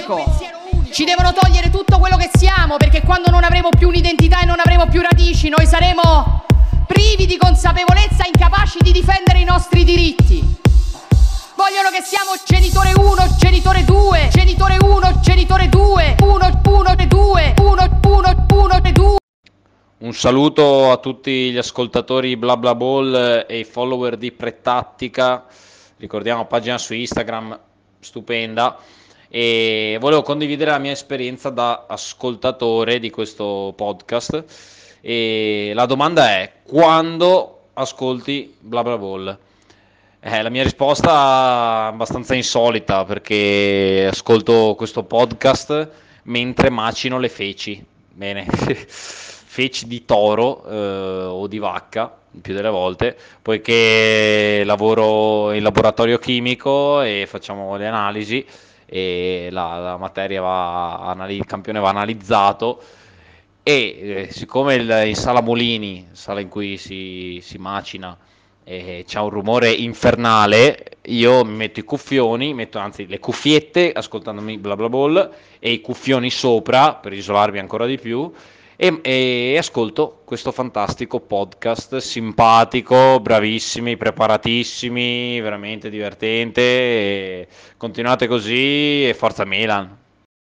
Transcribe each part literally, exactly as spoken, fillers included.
unico. Ci devono togliere tutto quello che siamo, perché quando non avremo più un'identità e non avremo più radici, noi saremo privi di consapevolezza, incapaci di difendere i nostri diritti. Vogliono che siamo genitore uno, genitore due, genitore uno, genitore due, uno, uno e due, uno, uno, uno e due. Un saluto a tutti gli ascoltatori Bla Bla Ball e i follower di Pretattica. Ricordiamo, pagina su Instagram stupenda. E volevo condividere la mia esperienza da ascoltatore di questo podcast. E la domanda è: quando ascolti Bla Bla Ball? Eh, la mia risposta è abbastanza insolita, perché ascolto questo podcast mentre macino le feci. Bene, feci di toro eh, o di vacca, più delle volte, poiché lavoro in laboratorio chimico e facciamo le analisi e la, la materia va, il campione va analizzato. E eh, siccome il, in sala Molini, sala in cui si, si macina, e c'è un rumore infernale, io mi metto i cuffioni, metto anzi le cuffiette ascoltandomi Bla Bla Ball e i cuffioni sopra per isolarmi ancora di più e, e ascolto questo fantastico podcast simpatico, bravissimi, preparatissimi, veramente divertente. E continuate così e forza Milan.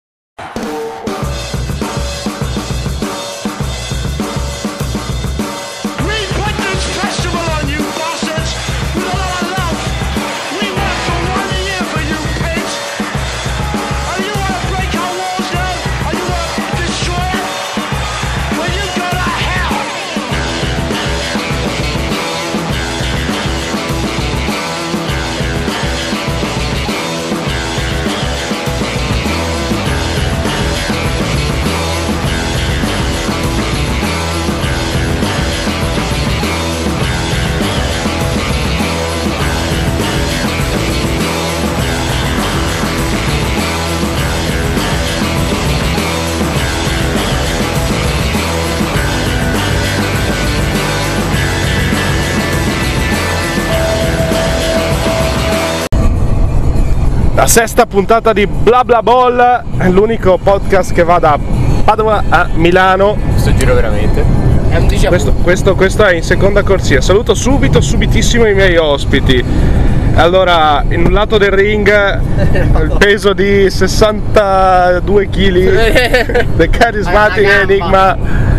La sesta puntata di Bla Bla Ball, l'unico podcast che va da Padova a Milano. Questo giro veramente è un déjà vu. Questo, questo, questo è in seconda corsia. Saluto subito, subitissimo i miei ospiti. Allora, in un lato del ring il peso di sessantadue chili del carismatico enigma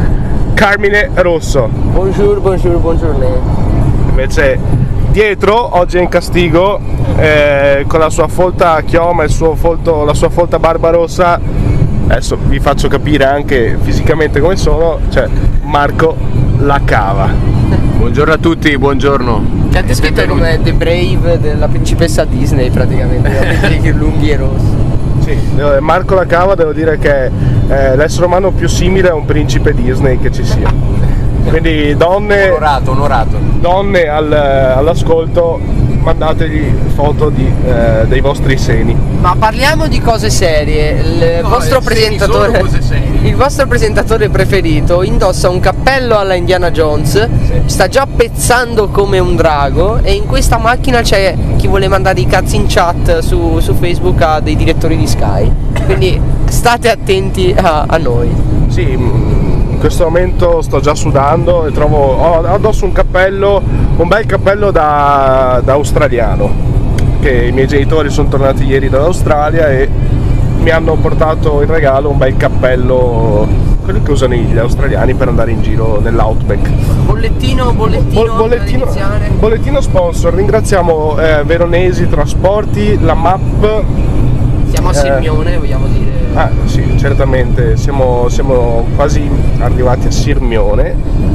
Carmine Rosso. Buongiorno, buongiorno, buongiorno. Invece dietro, oggi è in castigo, eh, con la sua folta chioma e il suo folto, la sua folta barba rossa. Adesso vi faccio capire anche fisicamente come sono, cioè Marco La Cava. Buongiorno a tutti, buongiorno. C'è descritto come The Brave della principessa Disney praticamente, con lunghi e rossi. Sì, Marco La Cava, devo dire che è eh, l'essere umano più simile a un principe Disney che ci sia. Quindi donne, onorato, onorato. donne al, all'ascolto, mandategli foto di, eh, dei vostri seni. Ma parliamo di cose serie. Il no, vostro presentatore cose serie. Il vostro presentatore preferito indossa un cappello alla Indiana Jones, sì. Sta già pezzando come un drago e in questa macchina c'è chi vuole mandare i cazzi in chat su, su Facebook a dei direttori di Sky. Quindi state attenti a, a noi. Sì, in questo momento sto già sudando e trovo, ho addosso un cappello, un bel cappello da, da australiano, che i miei genitori sono tornati ieri dall'Australia e mi hanno portato in regalo un bel cappello, quello che usano gli australiani per andare in giro nell'outback. Bollettino, bollettino, Bo- bollettino, bollettino sponsor, ringraziamo eh, Veronesi Trasporti, la M A P. Siamo a Sirmione, eh, vogliamo dire. Ah sì, certamente, siamo, siamo quasi arrivati a Sirmione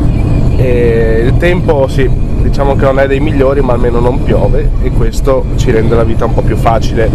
e il tempo sì, diciamo che non è dei migliori, ma almeno non piove e questo ci rende la vita un po' più facile.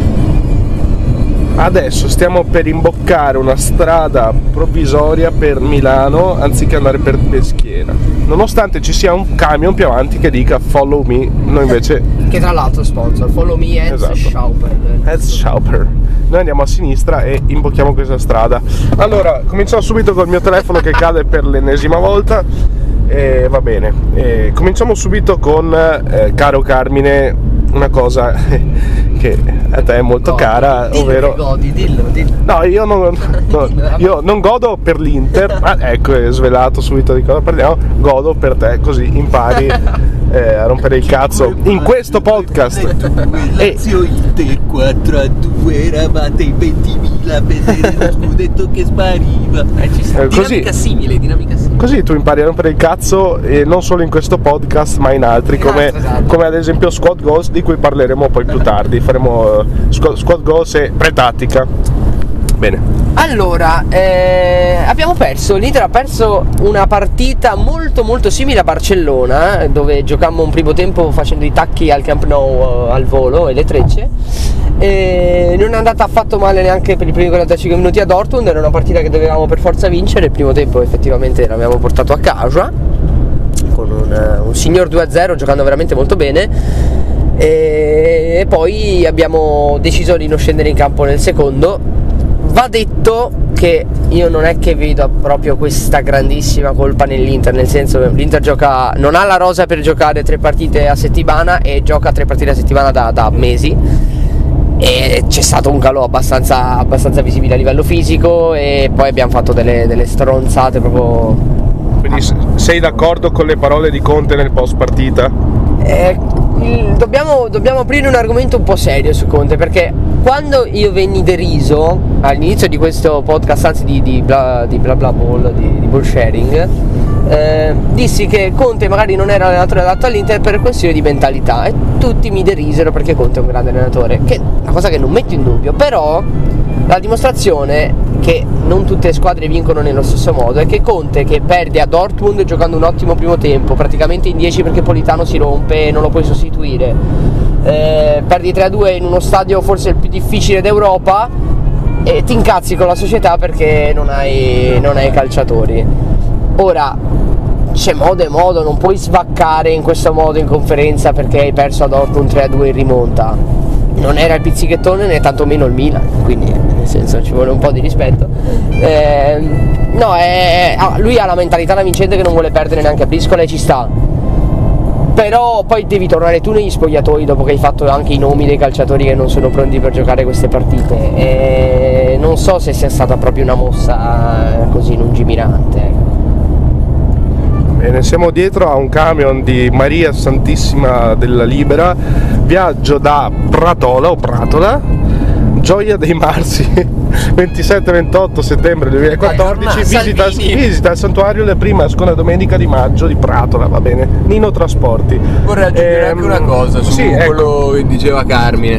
Adesso stiamo per imboccare una strada provvisoria per Milano anziché andare per Peschiera, nonostante ci sia un camion più avanti che dica follow me, noi invece... Che tra l'altro sponsor, follow me Eds esatto. Schauper. Eds Schauper. Noi andiamo a sinistra e imbocchiamo questa strada. Allora, cominciamo subito col mio telefono che cade per l'ennesima volta e va bene. E cominciamo subito con, eh, caro Carmine, una cosa che a te è molto No, cara, dillo ovvero... che godi, dillo, dillo. No, io non, no, io non godo per l'Inter, ma ecco, è svelato subito di cosa parliamo, godo per te, così impari eh, a rompere il cazzo in questo podcast. E Lazio Inter quattro a due, eravate in ventimila a vedere lo scudetto che spariva. Eh, ci sta. Eh, così- Dinamica simile, dinamica simile. così tu impari a rompere il cazzo, e non solo in questo podcast ma in altri, come, altri, esatto. come ad esempio Squad Goals, di cui parleremo poi più tardi. Faremo eh, Squad, Squad Goals e Pretattica. Bene. Allora, eh, abbiamo perso, l'Inter ha perso una partita molto molto simile a Barcellona, eh, dove giocammo un primo tempo facendo i tacchi al Camp Nou eh, al volo e le trecce. E non è andata affatto male neanche per i primi quarantacinque minuti a Dortmund, era una partita che dovevamo per forza vincere. Il primo tempo effettivamente l'abbiamo portato a casa con un, un signor due a zero, giocando veramente molto bene. E poi abbiamo deciso di non scendere in campo nel secondo. Va detto che io non è che vedo proprio questa grandissima colpa nell'Inter, nel senso che l'Inter gioca, non ha la rosa per giocare tre partite a settimana e gioca tre partite a settimana da, da mesi, e c'è stato un calo abbastanza, abbastanza visibile a livello fisico, e poi abbiamo fatto delle, delle stronzate proprio. Quindi s- sei d'accordo con le parole di Conte nel post partita? Eh, il- dobbiamo, dobbiamo aprire un argomento un po' serio su Conte, perché quando io venni deriso all'inizio di questo podcast, anzi di, di, bla, di bla bla ball, di, di ball sharing, eh, dissi che Conte magari non era l'allenatore adatto all'Inter per questione di mentalità, e tutti mi derisero perché Conte è un grande allenatore, che è una cosa che non metto in dubbio. Però la dimostrazione che non tutte le squadre vincono nello stesso modo è che Conte, che perde a Dortmund giocando un ottimo primo tempo, praticamente in dieci perché Politano si rompe e non lo puoi sostituire, eh, perdi tre a due in uno stadio forse il più difficile d'Europa, e ti incazzi con la società perché non hai, non hai calciatori. Ora c'è modo e modo, non puoi svaccare in questo modo in conferenza perché hai perso a Dortmund tre a due in rimonta. Non era il pizzichettone né tantomeno il Milan, quindi nel senso ci vuole un po' di rispetto. Eh, no, è, lui ha la mentalità da vincente che non vuole perdere neanche a briscola, e ci sta. Però poi devi tornare tu negli spogliatoi dopo che hai fatto anche i nomi dei calciatori che non sono pronti per giocare queste partite, e non so se sia stata proprio una mossa così lungimirante. Bene, siamo dietro a un camion di Maria Santissima della Libera, viaggio da Pratola o Pratola, Gioia dei Marsi, ventisette ventotto settembre duemilaquattordici, Dai, visita, Salvini. visita il santuario la prima e seconda domenica di maggio di Pratola, va bene, Nino Trasporti. Vorrei aggiungere Ehm, anche una cosa su sì, ecco. quello che diceva Carmine,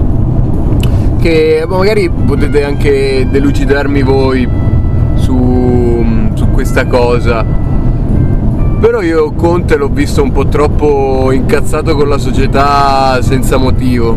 che magari potete anche delucidarmi voi su, su questa cosa. Però io Conte l'ho visto un po' troppo incazzato con la società senza motivo,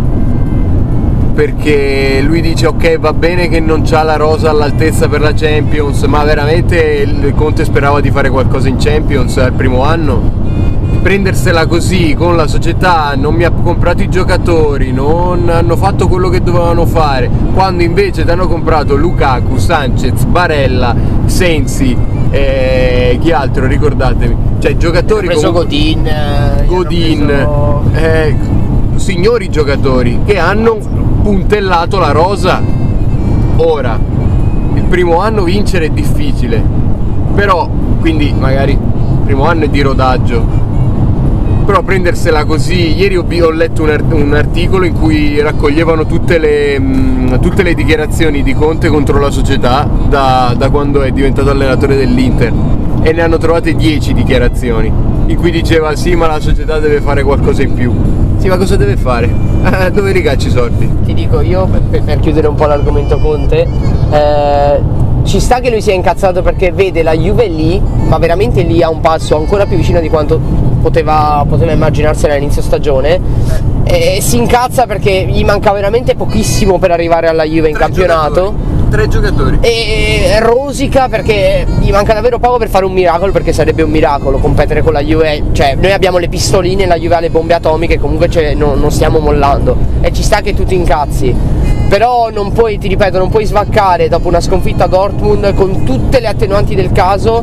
perché lui dice ok, va bene che non c'ha la rosa all'altezza per la Champions, ma veramente il Conte sperava di fare qualcosa in Champions al primo anno? Prendersela così con la società, non mi ha comprato i giocatori, non hanno fatto quello che dovevano fare, quando invece ti hanno comprato Lukaku, Sanchez, Barella, Sensi, eh, chi altro, ricordatemi, cioè giocatori Hanno preso comunque- Godin, eh, Godin, hanno preso- eh, signori giocatori che hanno puntellato la rosa. Ora, il primo anno vincere è difficile, però quindi magari il primo anno è di rodaggio, però prendersela così. Ieri ho, ho letto un, art- un articolo in cui raccoglievano tutte le, mh, tutte le dichiarazioni di Conte contro la società da, da quando è diventato allenatore dell'Inter, e ne hanno trovate dieci dichiarazioni in cui diceva sì, ma la società deve fare qualcosa in più. Sì, ma cosa deve fare? Eh, dove ricacci i soldi? Ti dico io, per, per chiudere un po' l'argomento Conte, eh, ci sta che lui sia incazzato perché vede la Juve lì, ma veramente lì a un passo ancora più vicino di quanto poteva, poteva immaginarsela all'inizio stagione, e si incazza perché gli manca veramente pochissimo per arrivare alla Juve in Tre campionato. giocatori. Tre giocatori. E rosica perché gli manca davvero poco per fare un miracolo, perché sarebbe un miracolo competere con la Juve. Cioè noi abbiamo le pistoline, la Juve ha le bombe atomiche, comunque cioè, no, non stiamo mollando, e ci sta che tu ti incazzi, però non puoi, ti ripeto, non puoi svaccare dopo una sconfitta a Dortmund con tutte le attenuanti del caso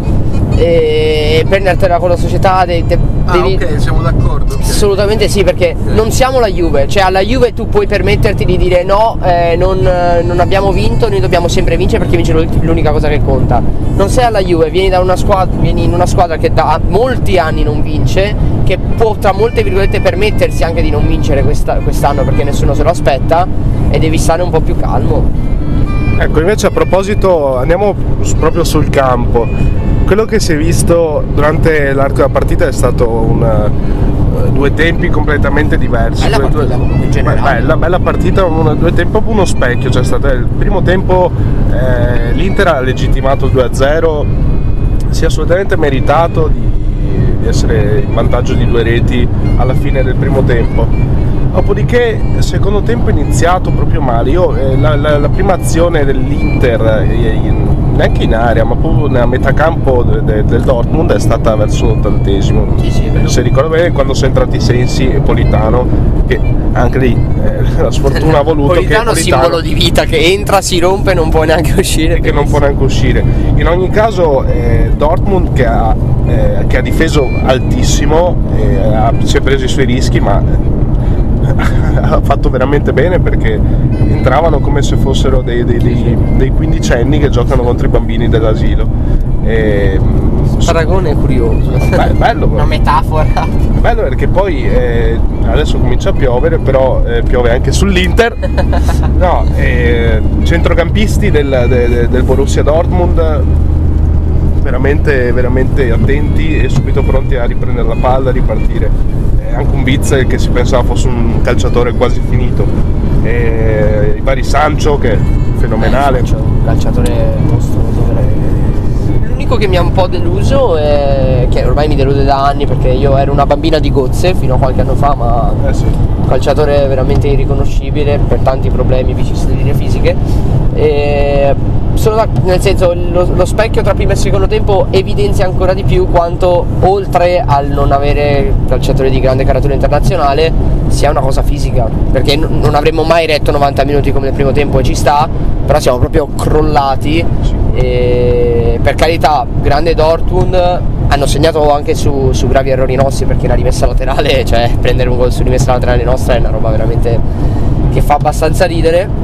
e prendertela con la società de, de, Ah, devi... ok, siamo d'accordo. Okay. Assolutamente sì, perché Okay. non siamo la Juve, cioè alla Juve tu puoi permetterti di dire no, eh, non, non abbiamo vinto, noi dobbiamo sempre vincere perché vince l'unica cosa che conta. Non sei alla Juve, vieni da una squadra, vieni in una squadra che da molti anni non vince, che può tra molte virgolette permettersi anche di non vincere questa, quest'anno perché nessuno se lo aspetta, e devi stare un po' più calmo. Ecco, invece a proposito, andiamo proprio sul campo. Quello che si è visto durante l'arco della partita è stato un, due tempi completamente diversi. Bella due, partita, due, in generale. Bella, bella partita, una, due tempi, proprio uno specchio. Cioè, stato il primo tempo eh, l'Inter ha legittimato il due a zero, si è assolutamente meritato di, di essere in vantaggio di due reti alla fine del primo tempo. Dopodiché il secondo tempo è iniziato proprio male. Io, eh, la, la, la prima azione dell'Inter, eh, in, neanche in area, ma proprio nella metà campo de, de, del Dortmund è stata verso l'ottantesimo. Sì, sì, è Se ricordo bene, quando sono entrati Sensi e Politano, che anche lì eh, la sfortuna ha voluto Politano, che Politano simbolo di vita, che entra, si rompe, non può neanche uscire. che non può neanche uscire. In ogni caso eh, Dortmund che ha, eh, che ha difeso altissimo, eh, ha, si è preso i suoi rischi, ma ha fatto veramente bene perché entravano come se fossero dei, dei, dei, dei quindicenni che giocano contro i bambini dell'asilo. E, Paragone è curioso. beh, bello, Una metafora. bello perché poi eh, adesso comincia a piovere, però eh, piove anche sull'Inter. No, eh, centrocampisti del, de, del Borussia Dortmund veramente, veramente attenti e subito pronti a riprendere la palla, a ripartire. Anche un Witzel che si pensava fosse un calciatore quasi finito, e i vari Sancho che è fenomenale. Eh, un calciatore mostruoso. L'unico che mi ha un po' deluso è che ormai mi delude da anni perché io ero una bambina di Gozze fino a qualche anno fa, ma Eh sì. un calciatore veramente irriconoscibile per tanti problemi, vicissitudini fisiche. E solo da, nel senso lo, lo specchio tra primo e secondo tempo evidenzia ancora di più quanto, oltre al non avere calciatori di grande caratura internazionale, sia una cosa fisica, perché n- non avremmo mai retto novanta minuti come nel primo tempo, e ci sta, però siamo proprio crollati. E per carità, grande Dortmund, hanno segnato anche su, su gravi errori nostri, perché la rimessa laterale, cioè prendere un gol su rimessa laterale nostra è una roba veramente che fa abbastanza ridere.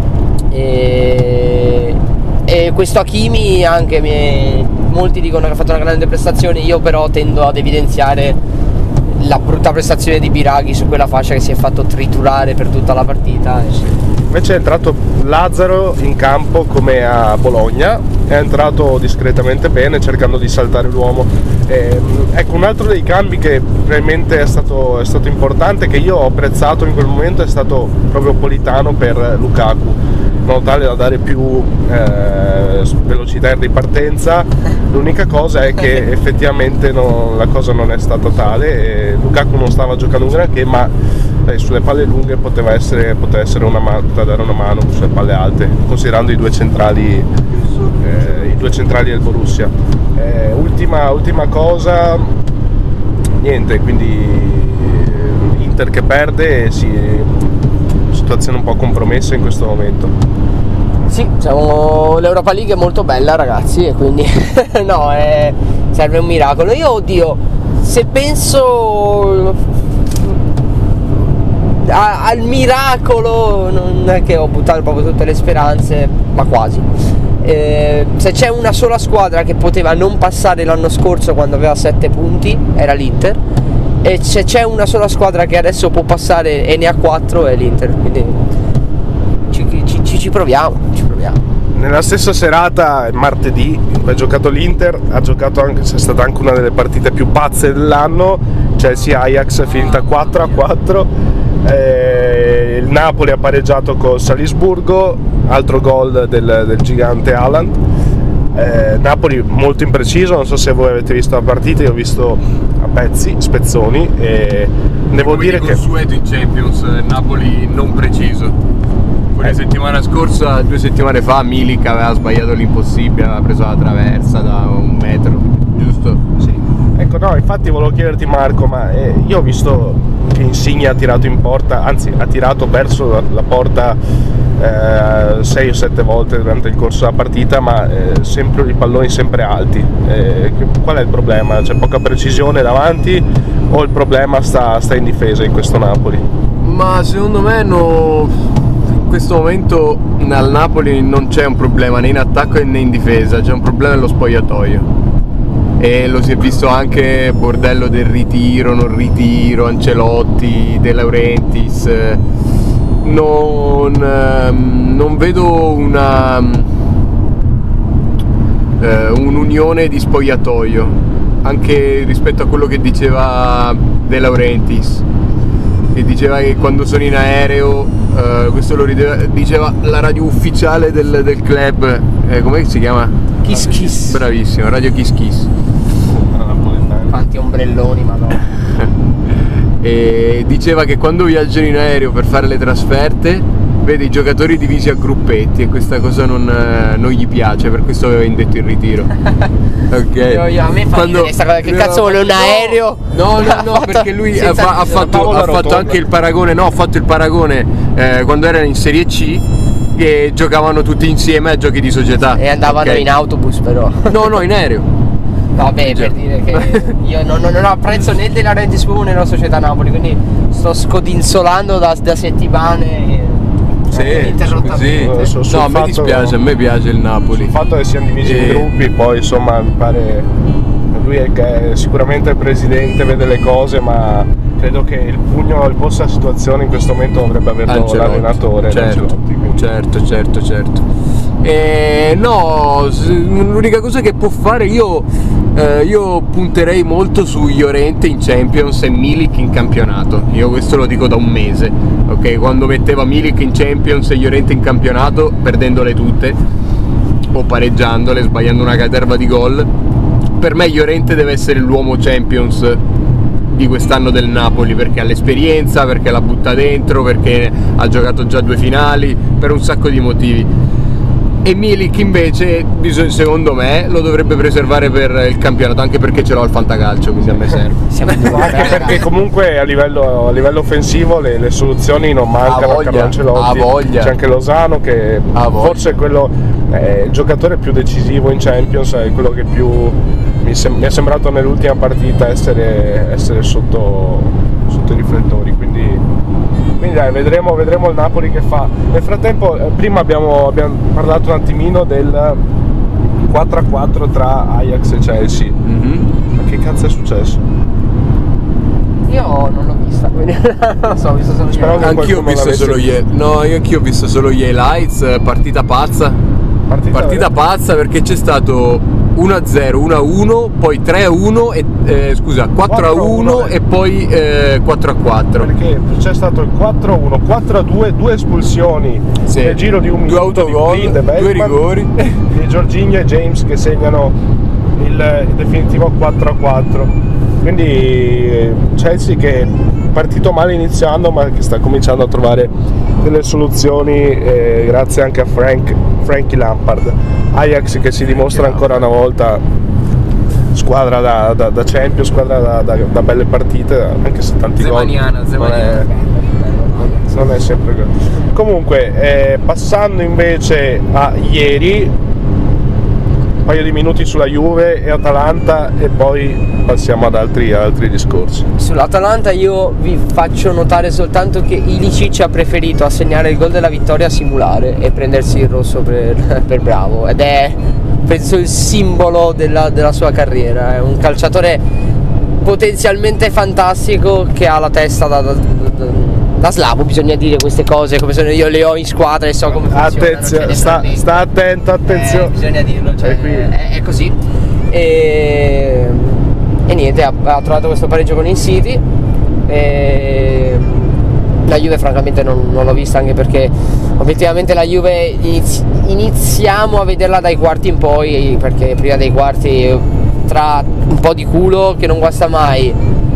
E, e questo Hakimi anche mi, molti dicono che ha fatto una grande prestazione, io però tendo ad evidenziare la brutta prestazione di Biraghi su quella fascia, che si è fatto triturare per tutta la partita. Invece è entrato Lazzaro in campo come a Bologna, è entrato discretamente bene cercando di saltare l'uomo. Eh, ecco, un altro dei cambi che probabilmente è stato, è stato importante, che io ho apprezzato in quel momento, è stato proprio Politano per Lukaku, in modo tale da dare più eh, velocità in ripartenza. L'unica cosa è che effettivamente non, la cosa non è stata tale, e Lukaku non stava giocando un granché, ma eh, sulle palle lunghe poteva essere, poteva essere una mano, poteva dare una mano sulle palle alte, considerando i due centrali, eh, i due centrali del Borussia. Eh, ultima, ultima cosa, niente, quindi Inter che perde, sì, situazione un po' compromessa in questo momento. Sì, siamo, l'Europa League è molto bella, ragazzi, e quindi no, è, serve un miracolo. Io, oddio, se penso a, al miracolo, non è che ho buttato proprio tutte le speranze, ma quasi. Eh, se c'è una sola squadra che poteva non passare l'anno scorso quando aveva sette punti, era l'Inter, e se c'è una sola squadra che adesso può passare e ne ha quattro, è l'Inter, quindi ci, ci, ci proviamo, ci proviamo. Nella stessa serata, martedì, in cui ha giocato l'Inter, ha giocato anche, è stata anche una delle partite più pazze dell'anno. Chelsea-Ajax è finita quattro a quattro, eh, il Napoli ha pareggiato con Salisburgo, altro gol del, del gigante Haaland. Eh, Napoli molto impreciso, non so se voi avete visto la partita, io ho visto a pezzi, spezzoni, e devo Come dire di che consueto in Champions, Napoli non preciso. La settimana scorsa, due settimane fa, Milik aveva sbagliato l'impossibile, aveva preso la traversa da un metro, giusto? sì. Ecco, no, infatti infatti volevo chiederti Marco, ma eh, io ho visto che Insigne ha tirato in porta, anzi ha tirato verso la, la porta eh, sei o sette volte durante il corso della partita, ma eh, sempre i palloni sempre alti. Eh, qual è il problema? C'è poca precisione davanti o il problema sta, sta in difesa in questo Napoli? Ma secondo me no, in questo momento al Napoli non c'è un problema né in attacco né in difesa, c'è un problema nello spogliatoio. E lo si è visto anche bordello del ritiro, non ritiro, Ancelotti, De Laurentiis. Non, non vedo una eh, un'unione di spogliatoio, anche rispetto a quello che diceva De Laurentiis, e diceva che quando sono in aereo, eh, questo lo rideva, diceva la radio ufficiale del, del club, eh, come si chiama? Kiss Kiss. Bravissimo, Radio Kiss Kiss. Quanti ombrelloni, madonna. E diceva che quando viaggiano in aereo per fare le trasferte vede i giocatori divisi a gruppetti e questa cosa non, non gli piace, per questo aveva indetto il ritiro. Ok. Io, io, a me fa Quando, questa cosa, che no, cazzo vuole un no, aereo? No, no, no, perché lui ha, fa, ha fatto, ha fatto anche il paragone, no, ha fatto il paragone eh, quando erano in Serie C, che giocavano tutti insieme a giochi di società. E andavano okay. in autobus però. No, no, in aereo. Vabbè, per dire che io non, non, non apprezzo né De Laurentiis né la società Napoli, quindi sto scodinzolando da, da settimane. Sì, ininterrottamente. sì. No, a me dispiace, a me piace il Napoli. Il fatto che siano divisi e... in gruppi, poi insomma mi pare, lui è, è sicuramente il presidente, vede le cose, ma credo che il pugno al posto della situazione in questo momento dovrebbe averlo l'allenatore. Certo, certo, certo, certo. Eh, no, l'unica cosa che può fare, io, eh, io punterei molto su Llorente in Champions e Milik in campionato. Io questo lo dico da un mese, ok? Quando metteva Milik in Champions e Llorente in campionato, perdendole tutte o pareggiandole, sbagliando una caterva di gol, per me Llorente deve essere l'uomo Champions di quest'anno del Napoli, perché ha l'esperienza, perché la butta dentro, perché ha giocato già due finali, per un sacco di motivi. E Milik invece, secondo me, lo dovrebbe preservare per il campionato, anche perché ce l'ho al fantacalcio, quindi a me serve. Anche perché comunque a livello, a livello offensivo le, le soluzioni non mancano. A Carlo Ancelotti, voglia. C'è anche Lozano che forse è quello, eh, il giocatore più decisivo in Champions, è quello che più mi, sem- mi è sembrato nell'ultima partita essere, essere sotto, sotto i riflettori, quindi Quindi dai, vedremo, vedremo il Napoli che fa. Nel frattempo, eh, prima abbiamo, abbiamo parlato un attimino del quattro a quattro tra Ajax e Chelsea. Mm-hmm. Ma che cazzo è successo? Io non l'ho vista, quindi non so, ho visto solo Spero che anch'io ho visto solo gli no, io anch'io ho visto solo gli highlights, partita pazza. Partita, partita pazza perché c'è stato uno a zero, uno a uno, poi tre a uno e eh, scusa, quattro a uno e poi eh, quattro a quattro. Perché c'è stato il quattro a uno, quattro a due, due espulsioni sì. nel giro di un due minuto, autogol, di due rigori e Jorginho e James che segnano il definitivo quattro a quattro. Quindi Chelsea che è partito male iniziando, ma che sta cominciando a trovare delle soluzioni eh, grazie anche a Frank, Frankie Lampard. Ajax che si dimostra ancora una volta squadra da, da, da Champions, squadra da, da, da belle partite, anche se tanti gol non è, non è sempre così. Comunque eh, passando invece a ieri, un paio di minuti sulla Juve e Atalanta e poi passiamo ad altri, ad altri discorsi. Sull'Atalanta io vi faccio notare soltanto che Ilicic ha preferito assegnare il gol della vittoria a simulare e prendersi il rosso per, per Bravo, ed è penso il simbolo della, della sua carriera. È un calciatore potenzialmente fantastico che ha la testa da, da, da, da slavo, bisogna dire queste cose come sono, io le ho in squadra e so come funzionano. Attenzione, sta, sta attento, attenzione. Eh, bisogna dirlo, cioè, è, è così. E, e niente, ha, ha trovato questo pareggio con il City. E la Juve francamente non, non l'ho vista, anche perché obiettivamente la Juve inizi, iniziamo a vederla dai quarti in poi, perché prima dei quarti tra un po' di culo che non guasta mai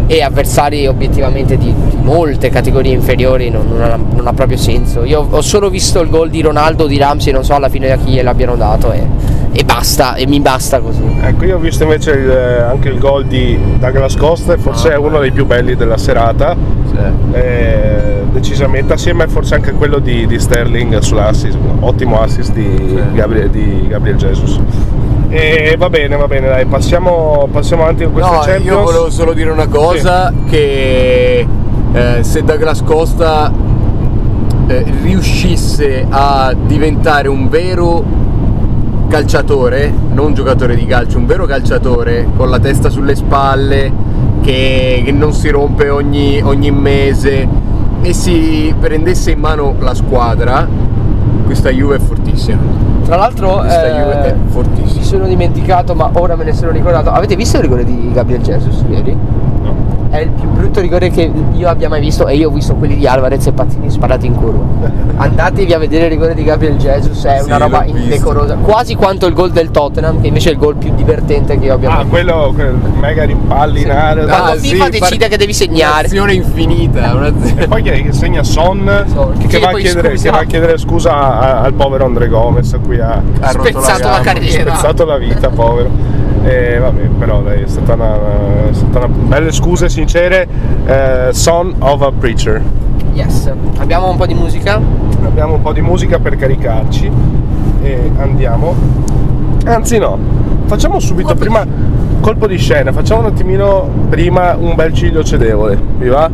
e avversari obiettivamente di, di molte categorie inferiori non, non, ha, non ha proprio senso. Io ho solo visto il gol di Ronaldo, di Ramsey, non so alla fine a chi gliel'abbiano dato e, e basta, e mi basta così. Ecco, io ho visto invece il, anche il gol di Douglas Costa, forse ah, è uno dei più belli della serata, sì. eh, decisamente, assieme forse anche a quello di, di Sterling sull'assist, ottimo assist di, sì. Gabriel, di Gabriel Jesus. E va bene, va bene, dai, passiamo, passiamo avanti con queste no, Champions. Io volevo solo dire una cosa, sì. che eh, se Douglas Costa eh, riuscisse a diventare un vero calciatore, non giocatore di calcio, un vero calciatore con la testa sulle spalle, che, che non si rompe ogni, ogni mese e si prendesse in mano la squadra, questa Juve è fortissima. Tra l'altro questa eh, Juve è fortissima. Mi sono dimenticato, ma ora me ne sono ricordato. Avete visto il rigore di Gabriel Jesus ieri? No. È il più brutto rigore che io abbia mai visto, e io ho visto quelli di Alvarez e Pazzini sparati in curva. Andatevi a vedere il rigore di Gabriel Jesus, è sì, una roba indecorosa, quasi quanto il gol del Tottenham, che invece è il gol più divertente che io abbia ah, mai visto. Ah, quello, quel mega rimpalli in area. Quando Ah, FIFA sì, decide che devi segnare. Un'azione infinita. Un'azione... E poi che, che segna Son, Son che, che, va chiedere, che va a chiedere scusa a, al povero André Gomez, a cui ha, ha spezzato la, la carriera, spezzato la vita, povero. E vabbè, però dai, è stata una, è stata una belle scuse sincere. eh, Son of a Preacher. Yes. Abbiamo un po' di musica? Abbiamo un po' di musica per caricarci e andiamo. Anzi no, facciamo subito colpo prima di... colpo di scena, facciamo un attimino prima un bel ciglio cedevole, vi va?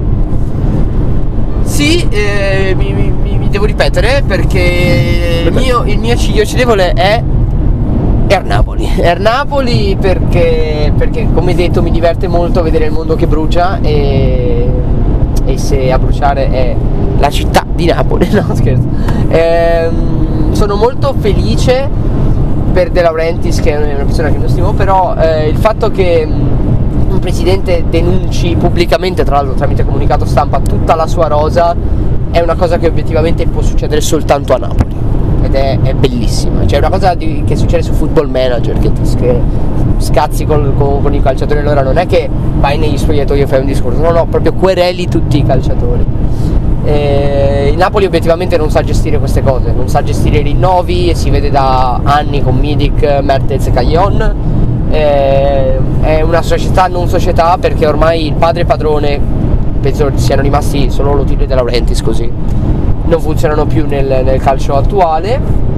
Sì, eh, mi, mi, mi devo ripetere perché il mio, il mio ciglio cedevole è Air Napoli. Air Napoli perché, perché come detto mi diverte molto vedere il mondo che brucia e, e se a bruciare è la città di Napoli, no scherzo. Ehm, sono molto felice per De Laurentiis, che è una persona che non stimo, però eh, il fatto che un presidente denunci pubblicamente, tra l'altro tramite comunicato stampa, tutta la sua rosa è una cosa che obiettivamente può succedere soltanto a Napoli ed è, è bellissima. Cioè è una cosa di, che succede su Football Manager, che, che scazzi con, con, con i calciatori, allora non è che vai negli spogliatoi e fai un discorso, no no, proprio quereli tutti i calciatori. E il Napoli obiettivamente non sa gestire queste cose, non sa gestire i rinnovi, e si vede da anni con Milik, Mertens e Caglion. E è una società non società, perché ormai il padre padrone, penso siano rimasti solo Lotilio e De Laurentiis, così non funzionano più nel, nel calcio attuale.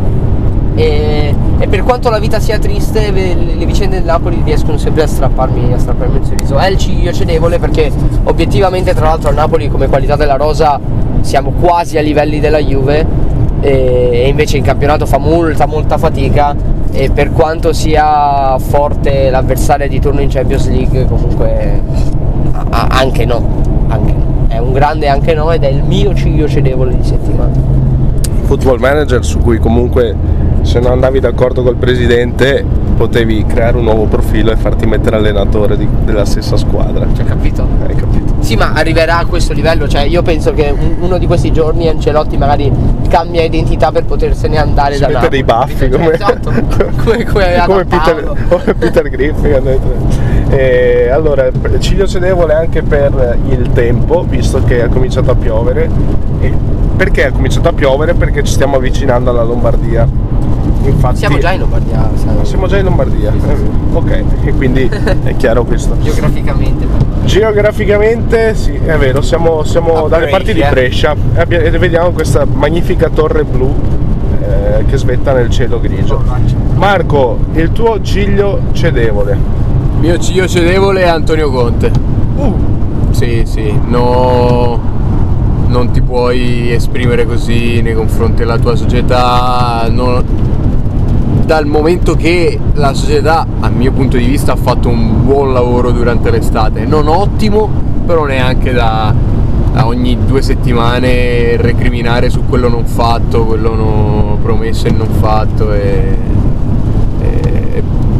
E, e per quanto la vita sia triste, le, le vicende del Napoli riescono sempre a strapparmi, a strapparmi il sorriso. È il ciglio cedevole perché obiettivamente, tra l'altro, al Napoli come qualità della rosa siamo quasi a livelli della Juve, e, e invece in campionato fa molta molta fatica, e per quanto sia forte l'avversario di turno in Champions League, comunque a, a, anche no, anche no. È un grande anche no, ed è il mio ciglio cedevole di settimana. Football Manager, su cui comunque, se non andavi d'accordo col presidente, potevi creare un nuovo profilo e farti mettere allenatore di, della stessa squadra. Cioè, capito? Hai capito? Sì, ma arriverà a questo livello, cioè io penso che un, uno di questi giorni Ancelotti magari cambia identità per potersene andare si da mette Napoli. dei baffi come, esatto. come, come, come Peter, come Peter Griffin. E allora, ciglio cedevole anche per il tempo, visto che ha cominciato a piovere. E perché ha cominciato a piovere? Perché ci stiamo avvicinando alla Lombardia. Infatti, siamo già in Lombardia, siamo, siamo già in Lombardia, sì, sì, sì. Ok, e quindi è chiaro questo. Geograficamente Geograficamente sì, è vero, siamo, siamo dalle parti di Brescia e vediamo questa magnifica torre blu eh, che svetta nel cielo grigio. Marco, il tuo ciglio cedevole? Il mio ciglio cedevole è Antonio Conte. Uh. Sì, sì, no, non ti puoi esprimere così nei confronti della tua società, no, dal momento che la società, a mio punto di vista, ha fatto un buon lavoro durante l'estate, non ottimo, però neanche da, da ogni due settimane recriminare su quello non fatto, quello no, promesso e non fatto. E, e,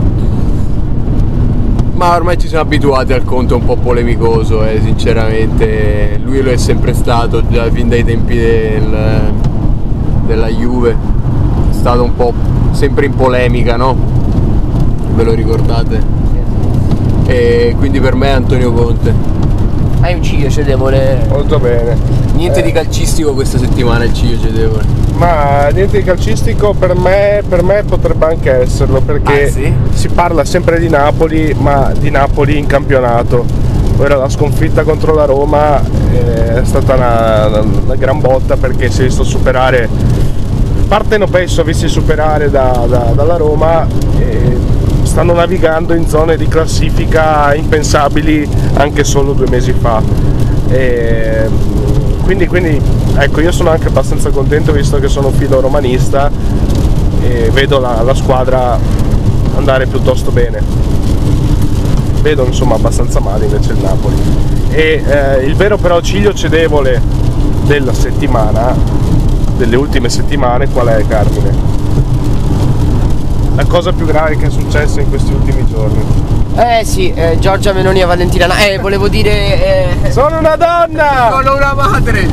ma ormai ci siamo abituati al Conte un po' polemicoso, eh, sinceramente. Lui lo è sempre stato, già fin dai tempi del, della Juve, è stato un po' sempre in polemica, no? Ve lo ricordate? E quindi per me è Antonio Conte. Hai un ciglio cedevole. Molto bene. Niente Eh. di calcistico questa settimana il ciglio cedevole. Ma niente di calcistico per me, per me potrebbe anche esserlo, perché Ah, sì? si parla sempre di Napoli, ma di Napoli in campionato. Ora la sconfitta contro la Roma eh, è stata una, una, una gran botta, perché si è visto superare, partono penso visti superare da, da, dalla Roma, e stanno navigando in zone di classifica impensabili anche solo due mesi fa. E, quindi, quindi ecco, io sono anche abbastanza contento, visto che sono filo romanista e vedo la, la squadra andare piuttosto bene. Vedo insomma abbastanza male invece il Napoli. E eh, il vero però ciglio cedevole della settimana, delle ultime settimane, qual è, Carmine? La cosa più grave che è successa in questi ultimi giorni. Eh sì, eh, Giorgia Meloni e Valentina. Eh, volevo dire. Eh... Sono una donna! Sono una madre!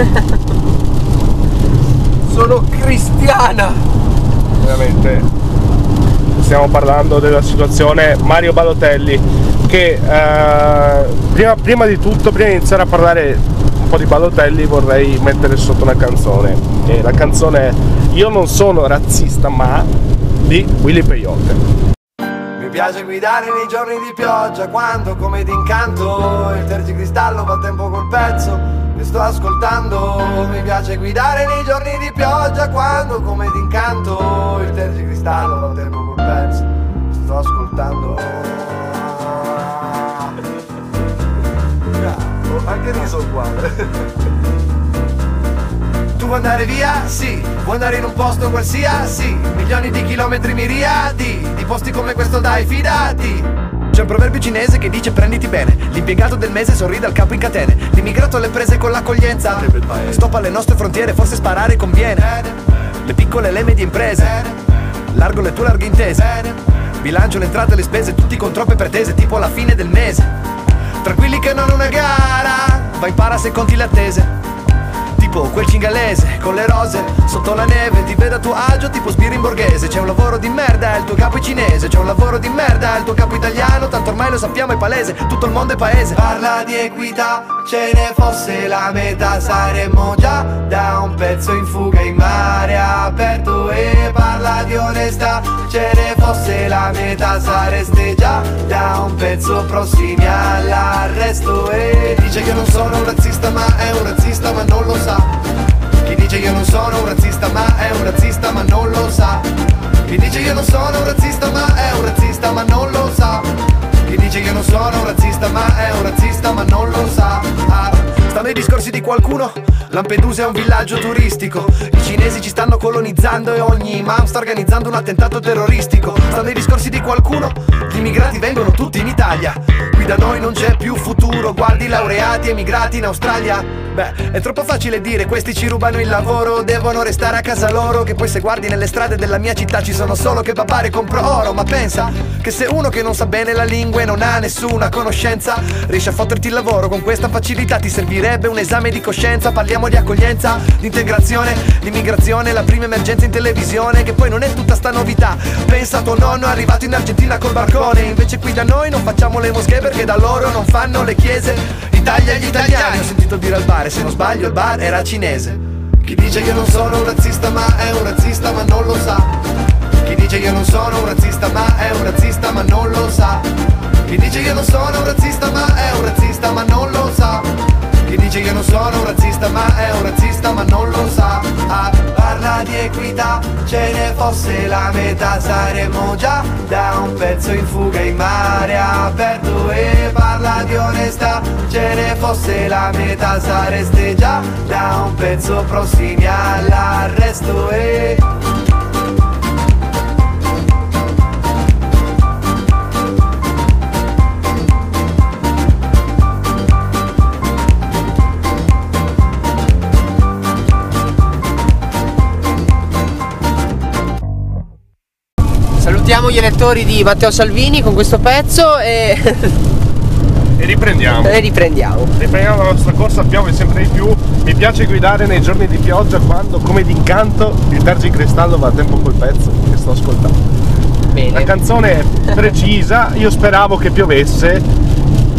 Sono cristiana! Veramente stiamo parlando della situazione Mario Balotelli, che eh, prima, prima di tutto, prima di iniziare a parlare un po' di Balotelli, vorrei mettere sotto una canzone, e la canzone è Io non sono razzista ma di Willy Peyote. Mi piace guidare nei giorni di pioggia, quando come d'incanto il tergicristallo fa tempo col pezzo che sto ascoltando. Mi piace guidare nei giorni di pioggia, quando come d'incanto il tergicristallo fa tempo col pezzo che sto ascoltando. Bravo, anche riso uguale. Tu vuoi andare via? Sì. Vuoi andare in un posto qualsiasi? Milioni di chilometri miriadi, di posti come questo dai, fidati. C'è un proverbio cinese che dice prenditi bene. L'impiegato del mese sorride al capo in catene. L'immigrato alle prese con l'accoglienza. Stop alle nostre frontiere, forse sparare conviene. Le piccole e le medie imprese, largo le tue larghe intese. Bilancio le entrate e le spese, tutti con troppe pretese, tipo alla fine del mese. Tranquilli che non è una gara, vai para se conti le attese. Tipo quel cingalese con le rose sotto la neve, ti vedo a tuo agio tipo sbirri in borghese. C'è un lavoro di merda, il tuo capo è cinese. C'è un lavoro di merda, il tuo capo italiano. Tanto ormai lo sappiamo, è palese, tutto il mondo è paese. Parla di equità, ce ne fosse la metà saremmo già da un pezzo in fuga in mare aperto. E parla di onestà, ce ne fosse la metà sareste già da un pezzo prossimi all'arresto. E dice che non sono un razzista ma è un razzista ma non lo sa. Chi dice io non sono un razzista ma è un razzista ma non lo sa. Chi dice io non sono un razzista ma è un razzista ma non lo sa. Chi dice io non sono un razzista ma è un razzista ma non lo sa. Ah, stanno i discorsi di qualcuno, Lampedusa è un villaggio turistico. I cinesi ci stanno colonizzando e ogni imam sta organizzando un attentato terroristico. Stanno i discorsi di qualcuno, gli immigrati vengono tutti in Italia. Qui da noi non c'è più futuro, guardi laureati emigrati in Australia. Beh, è troppo facile dire questi ci rubano il lavoro, devono restare a casa loro. Che poi se guardi nelle strade della mia città ci sono solo che babare compro oro. Ma pensa che se uno che non sa bene la lingua e non ha nessuna conoscenza riesce a fotterti il lavoro con questa facilità, ti servirebbe un esame di coscienza. Parliamo di accoglienza, di integrazione, l'immigrazione, la prima emergenza in televisione, che poi non è tutta sta novità. Pensa a tuo nonno arrivato in Argentina col barcone, invece qui da noi non facciamo le moschee perché da loro non fanno le chiese. Italia agli italiani, ho sentito dire al bar, e se non sbaglio il bar era cinese. Chi dice io non sono un razzista ma è un razzista ma non lo sa. Chi dice io non sono un razzista ma è un razzista ma non lo sa. Chi dice io non sono un razzista ma è un razzista ma non lo sa. Chi dice io non sono un razzista ma è un razzista ma non lo sa. Ah, parla di equità, ce ne fosse la metà saremmo già da un pezzo in fuga in mare aperto. E parla di onestà, ce ne fosse la metà sareste già da un pezzo prossimi all'arresto. E Salutiamo gli elettori di Matteo Salvini con questo pezzo e, E riprendiamo. e riprendiamo. Riprendiamo la nostra corsa, piove sempre di più. Mi piace guidare nei giorni di pioggia, quando come d'incanto il tergicristallo va a tempo col pezzo che sto ascoltando. Bene. La canzone è precisa, io speravo che piovesse,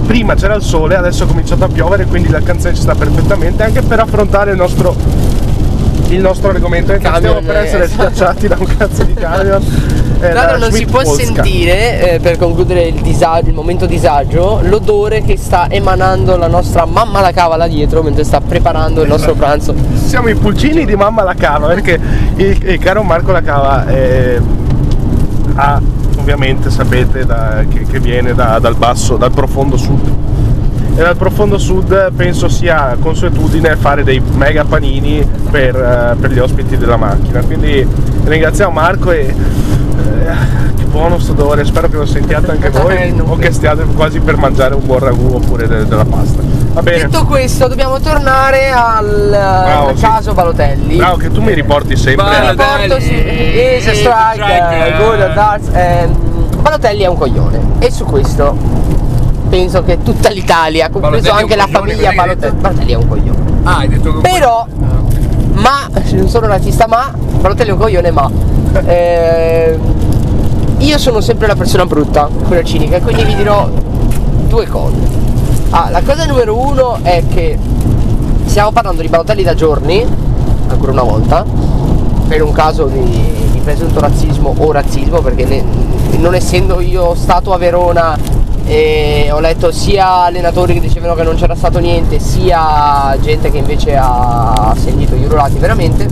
prima c'era il sole, adesso è cominciato a piovere, quindi la canzone ci sta perfettamente anche per affrontare il nostro il nostro argomento. Camion, stiamo per essere schiacciati da un cazzo di camion. Tra l'altro non si può Polska. sentire, eh, per concludere il disagio, il momento disagio, l'odore che sta emanando la nostra mamma la cava là dietro mentre sta preparando il nostro pranzo. Siamo i pulcini di mamma la cava, perché il, il caro Marco la cava eh, ha, ovviamente sapete da, che, che viene da, dal basso, dal profondo sud. E dal profondo sud penso sia consuetudine fare dei mega panini per, uh, per gli ospiti della macchina, quindi ringraziamo Marco e eh, che buono sto odore, spero che lo sentiate anche voi o che stiate quasi per mangiare un buon ragù oppure de- della pasta. Va bene. Detto questo dobbiamo tornare al, Bravo, al caso sì. Balotelli. Bravo, che tu mi riporti sempre Balotelli, sì, is a strike, uh, good at darts. Um, Balotelli è un coglione e su questo penso che tutta l'Italia, compreso anche la famiglia Balotelli, Balotelli è un coglione. Ah, hai detto che però, ma, non sono razzista, ma Balotelli è un coglione, ma eh, io sono sempre la persona brutta, quella cinica, quindi vi dirò due cose. Ah, la cosa numero uno è che stiamo parlando di Balotelli da giorni, ancora una volta, per un caso di, di presunto razzismo o razzismo, perché ne, non essendo io stato a Verona e ho letto sia allenatori che dicevano che non c'era stato niente, sia gente che invece ha sentito gli urlati veramente.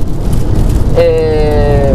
E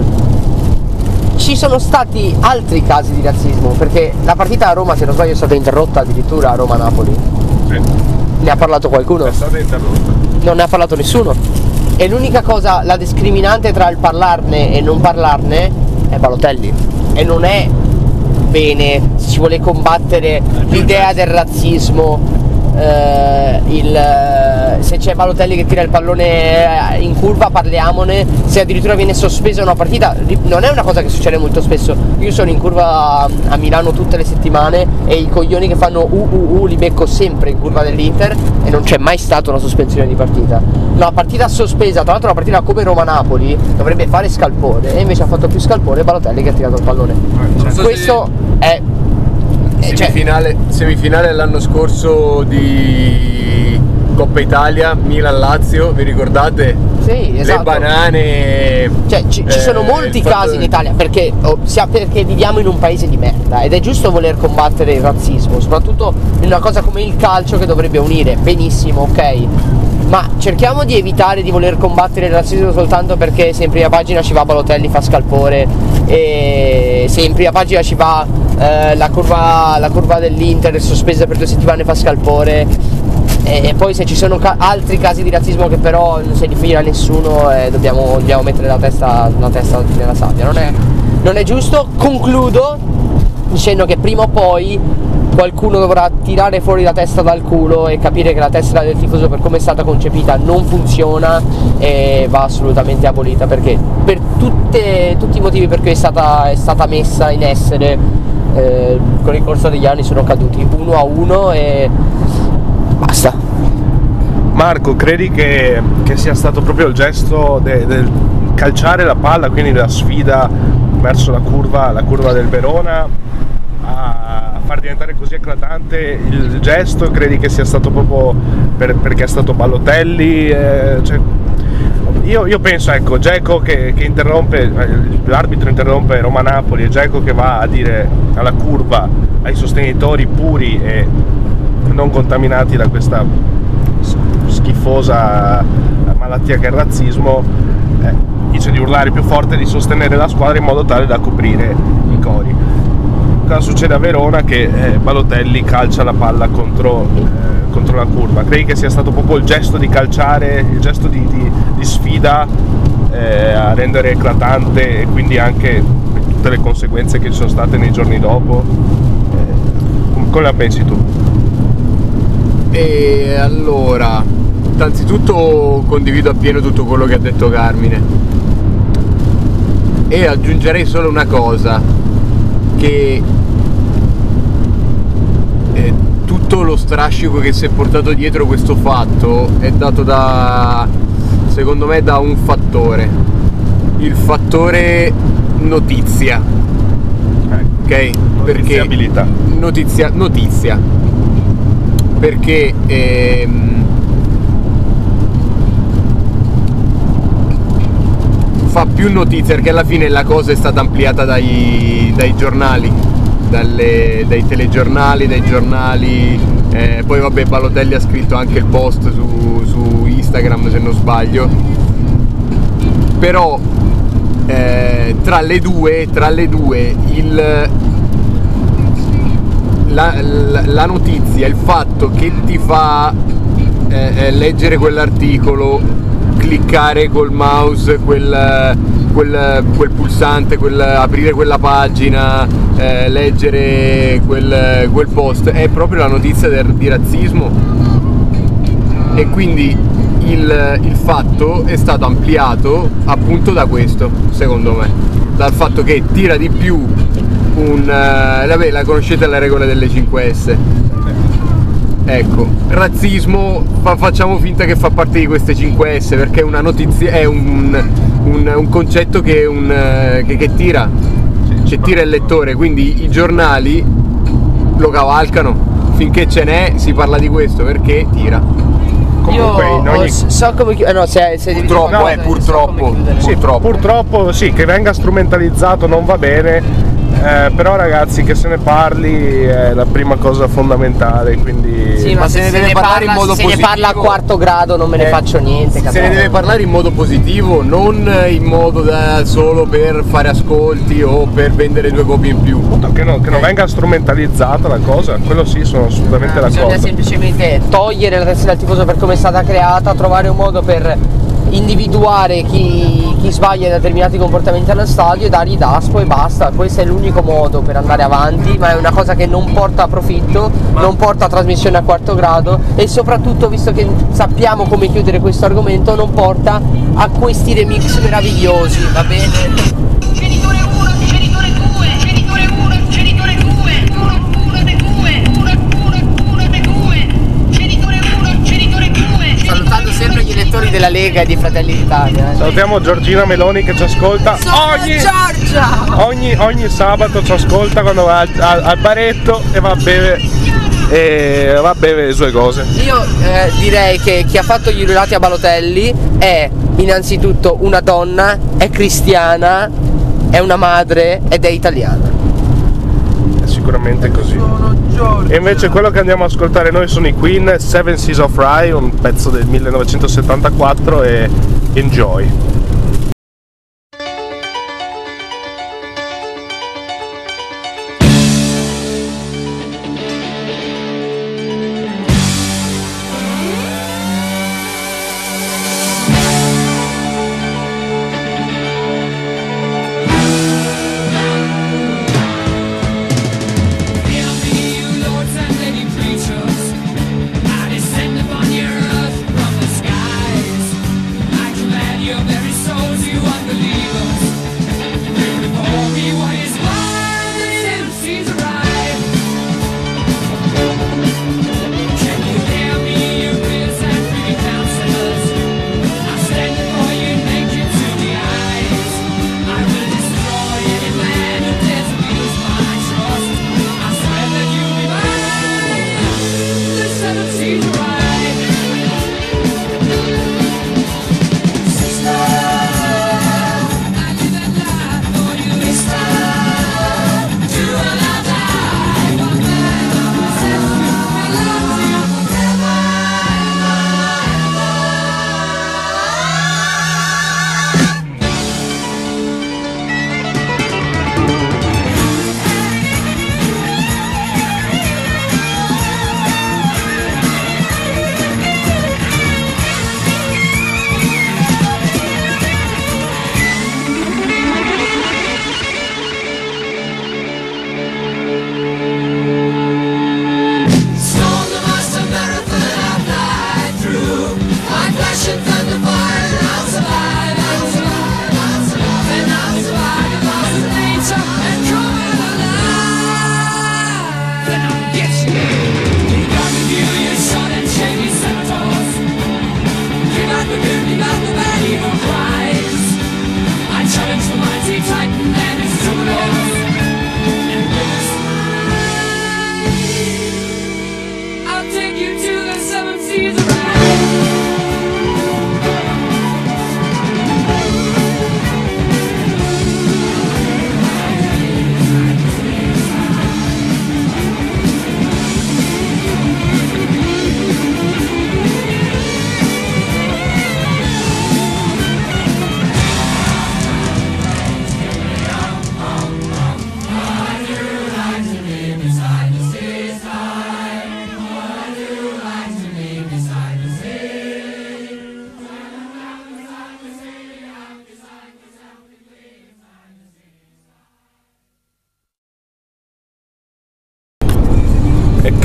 ci sono stati altri casi di razzismo, perché la partita a Roma, se non sbaglio, è stata interrotta addirittura a Roma-Napoli. Sì. Ne ha parlato qualcuno? È stata interrotta. Non ne ha parlato nessuno. E l'unica cosa, la discriminante tra il parlarne e non parlarne è Balotelli. E non è bene, si vuole combattere l'idea del razzismo, eh, il, se c'è Balotelli che tira il pallone in curva parliamone, se addirittura viene sospesa una partita, non è una cosa che succede molto spesso. Io sono in curva a Milano tutte le settimane e i coglioni che fanno u u u li becco sempre in curva dell'Inter e non c'è mai stata una sospensione di partita. Una partita sospesa, tra l'altro una partita come Roma-Napoli dovrebbe fare scalpone e invece ha fatto più scalpone Balotelli che ha tirato il pallone. So questo è semifinale, cioè, semifinale l'anno scorso di Coppa Italia, Milan-Lazio, vi ricordate? Sì, esatto. Le banane. Cioè ci, ci sono eh, molti casi in Italia perché, oh, sia perché viviamo in un paese di merda ed è giusto voler combattere il razzismo, soprattutto in una cosa come il calcio che dovrebbe unire. Benissimo, ok, ma cerchiamo di evitare di voler combattere il razzismo soltanto perché se in prima pagina ci va Balotelli fa scalpore e se in prima pagina ci va eh, la curva, la curva dell'Inter sospesa per due settimane fa scalpore e, e poi se ci sono ca- altri casi di razzismo che però non si riferisce a nessuno eh, dobbiamo, dobbiamo mettere la testa, la testa nella sabbia. Non è, non è giusto. Concludo dicendo che prima o poi qualcuno dovrà tirare fuori la testa dal culo e capire che la tessera del tifoso, per come è stata concepita, non funziona e va assolutamente abolita, perché per tutte, tutti i motivi per cui è stata, è stata messa in essere eh, con il corso degli anni sono caduti uno a uno e basta. Marco, credi che, che sia stato proprio il gesto del de calciare la palla, quindi la sfida verso la curva, la curva del Verona, a far diventare così eclatante il gesto? Credi che sia stato proprio per, perché è stato Balotelli? Eh, cioè, io, io penso, ecco, Dzeko che, che interrompe, l'arbitro interrompe Roma-Napoli e Dzeko che va a dire alla curva, ai sostenitori puri e non contaminati da questa schifosa malattia che è il razzismo, eh, dice di urlare più forte e di sostenere la squadra in modo tale da coprire i cori. Cosa succede a Verona? Che eh, Balotelli calcia la palla contro, eh, contro la curva. Credi che sia stato proprio il gesto di calciare, il gesto di, di, di sfida eh, a rendere eclatante e quindi anche tutte le conseguenze che ci sono state nei giorni dopo? Eh, come la pensi tu? E allora, innanzitutto condivido appieno tutto quello che ha detto Carmine e aggiungerei solo una cosa, che eh, tutto lo strascico che si è portato dietro questo fatto è dato da, secondo me, da un fattore, il fattore notizia, ok? Perché Notiziabilità. notizia, notizia perché ehm, fa più notizia, perché alla fine la cosa è stata ampliata dai, dai giornali, dalle, dai telegiornali, dai giornali, eh, poi vabbè Balotelli ha scritto anche il post su, su Instagram se non sbaglio, però eh, tra le due, tra le due il, la, la, la notizia, il fatto che ti fa eh, leggere quell'articolo, cliccare col mouse quel, quel, quel pulsante, quel, aprire quella pagina, eh, leggere quel, quel post, è proprio la notizia del, di razzismo, e quindi il, il fatto è stato ampliato appunto da questo, secondo me, dal fatto che tira di più un... Uh, vabbè, la conoscete la regola delle cinque S. Ecco, razzismo, fa, facciamo finta che fa parte di queste cinque S, perché è una notizia, è un, un, un concetto che, un, che, che tira, cioè tira il lettore, quindi i giornali lo cavalcano, finché ce n'è si parla di questo perché tira. Comunque Io in ogni... ho- so come chiudere, eh no, se, se devi Purtroppo, dire eh, qualcosa, purtroppo. so come chiudere. Sì, Purtroppo. purtroppo sì, che venga strumentalizzato non va bene, eh, però ragazzi, che se ne parli è la prima cosa fondamentale, quindi Sì, ma, Ma se, se ne se deve ne parlare parla, in modo se ne parla a positivo, quarto grado non me ne eh, faccio niente, se capito? ne deve parlare in modo positivo, non in modo da solo per fare ascolti o per vendere due copie in più. che, no- che non Ok. venga strumentalizzata la cosa, quello sì, sono assolutamente Bisogna d'accordo. semplicemente togliere la testa del tifoso per come è stata creata, trovare un modo per individuare chi, chi sbaglia determinati comportamenti allo stadio e dargli daspo e basta. Questo è l'unico modo per andare avanti, ma è una cosa che non porta a profitto, non porta a trasmissione a quarto grado e soprattutto, visto che sappiamo come chiudere questo argomento, non porta a questi remix meravigliosi, va bene? Genitore uno, genitore due, genitore uno, genitore due, uno, uno dei due, uno, uno, uno dei due, genitore uno, genitore due. Salutando sempre gli elettori della Lega e di Fratelli d'Italia. Eh. Salutiamo Giorgina Meloni che ci ascolta ogni, Giorgia! ogni, ogni sabato, ci ascolta quando va al, al- al baretto e va a bere, e va a bere le sue cose. Io eh, direi che chi ha fatto gli ululati a Balotelli è innanzitutto una donna, è cristiana, è una madre ed è italiana. È sicuramente così. E invece quello che andiamo a ascoltare noi sono i Queen, Seven Seas of Rye, un pezzo del millenovecentosettantaquattro, e Enjoy. Very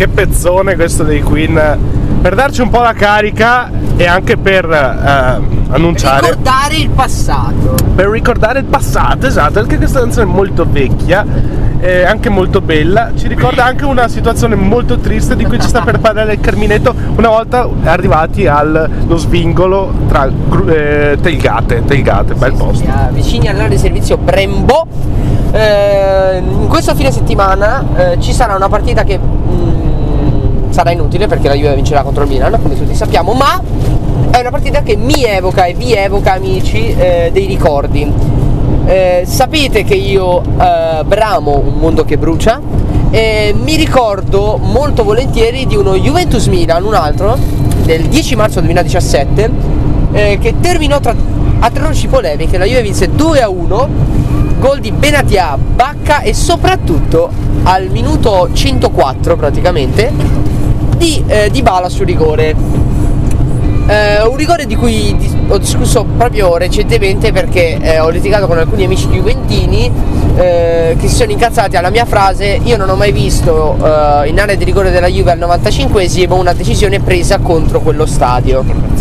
che pezzone questo dei Queen, per darci un po' la carica e anche per eh, annunciare, ricordare il passato. Per ricordare il passato, esatto, perché questa canzone è molto vecchia, è anche molto bella, ci ricorda anche una situazione molto triste di cui ci sta per parlare il Carminetto, una volta arrivati allo svingolo tra eh, Telgate, Telgate, bel sì, posto. Sì, vicini all'area di servizio Brembo. Eh, in questo fine settimana eh, ci sarà una partita che mh, sarà inutile perché la Juve vincerà contro il Milan, come tutti sappiamo, ma è una partita che mi evoca e vi evoca, amici, eh, dei ricordi. Eh, sapete che io eh, bramo un mondo che brucia e mi ricordo molto volentieri di uno Juventus Milan, un altro, del dieci marzo duemiladiciassette, eh, che terminò tra atroci polemiche. La Juve vinse due a uno, gol di Benatia, Bacca e soprattutto al minuto centoquattro praticamente di eh, Dybala su rigore. Eh, un rigore di cui dis- ho discusso proprio recentemente perché eh, ho litigato con alcuni amici juventini eh, che si sono incazzati alla mia frase: io non ho mai visto eh, in area di rigore della Juve al novantacinquesimo una decisione presa contro quello stadio.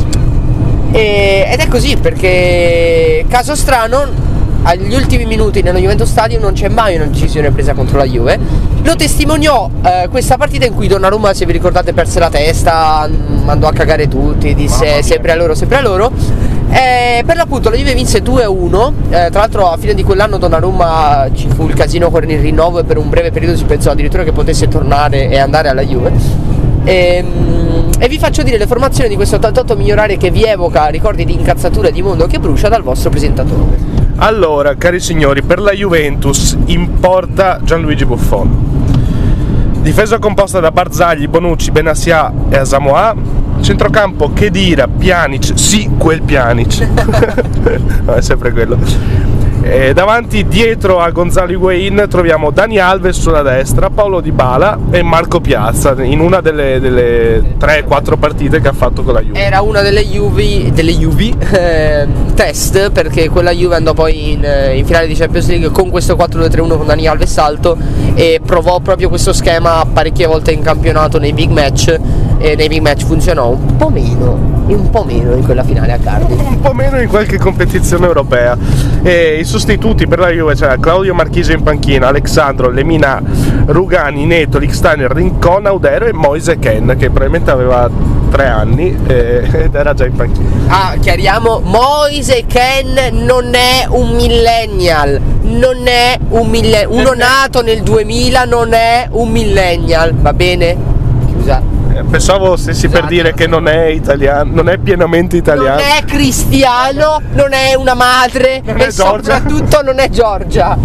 E, ed è così perché, caso strano, agli ultimi minuti nello Juventus Stadium non c'è mai una decisione presa contro la Juve. Lo testimoniò eh, questa partita in cui Donnarumma, se vi ricordate, perse la testa, mandò a cagare tutti, disse sempre a loro, sempre a loro. E per l'appunto la Juve vinse due a uno, eh, tra l'altro a fine di quell'anno Donnarumma ci fu il casino con il rinnovo e per un breve periodo si pensò addirittura che potesse tornare e andare alla Juve. E, e vi faccio dire le formazioni di questo ottantotto migliorare che vi evoca ricordi di incazzatura di mondo che brucia dal vostro presentatore. Allora, cari signori, per la Juventus in porta Gianluigi Buffon, difesa composta da Barzagli, Bonucci, Benassia e Asamoah, centrocampo Khedira, Pjanic, sì, quel Pjanic, no, è sempre quello. E davanti, dietro a Gonzalo Higuain, troviamo Dani Alves sulla destra, Paulo Dybala e Marco Piazza in una delle, delle tre quattro partite che ha fatto con la Juve. Era una delle Juve, delle Juve eh, test, perché quella Juve andò poi in, in finale di Champions League con questo quattro due tre uno con Dani Alves alto e provò proprio questo schema parecchie volte in campionato nei big match, e nei big match funzionò un po' meno, un po' meno in quella finale a Cardiff, un po' meno in qualche competizione europea. E i sostituti per la Juve c'era Claudio Marchisio in panchina, Alexandro, Lemina, Rugani, Neto, Licksteiner, Rincon, Audero e Moise Ken, che probabilmente aveva tre anni eh, ed era già in panchina. Ah, chiariamo, Moise Ken non è un millennial, non è un millennial, uno nato nel duemila non è un millennial, va bene? Chiusa. Pensavo stessi Scusate, per dire che non è italiano, non è pienamente italiano. Non è cristiano, non è una madre Non e è Giorgia. soprattutto non è Giorgia.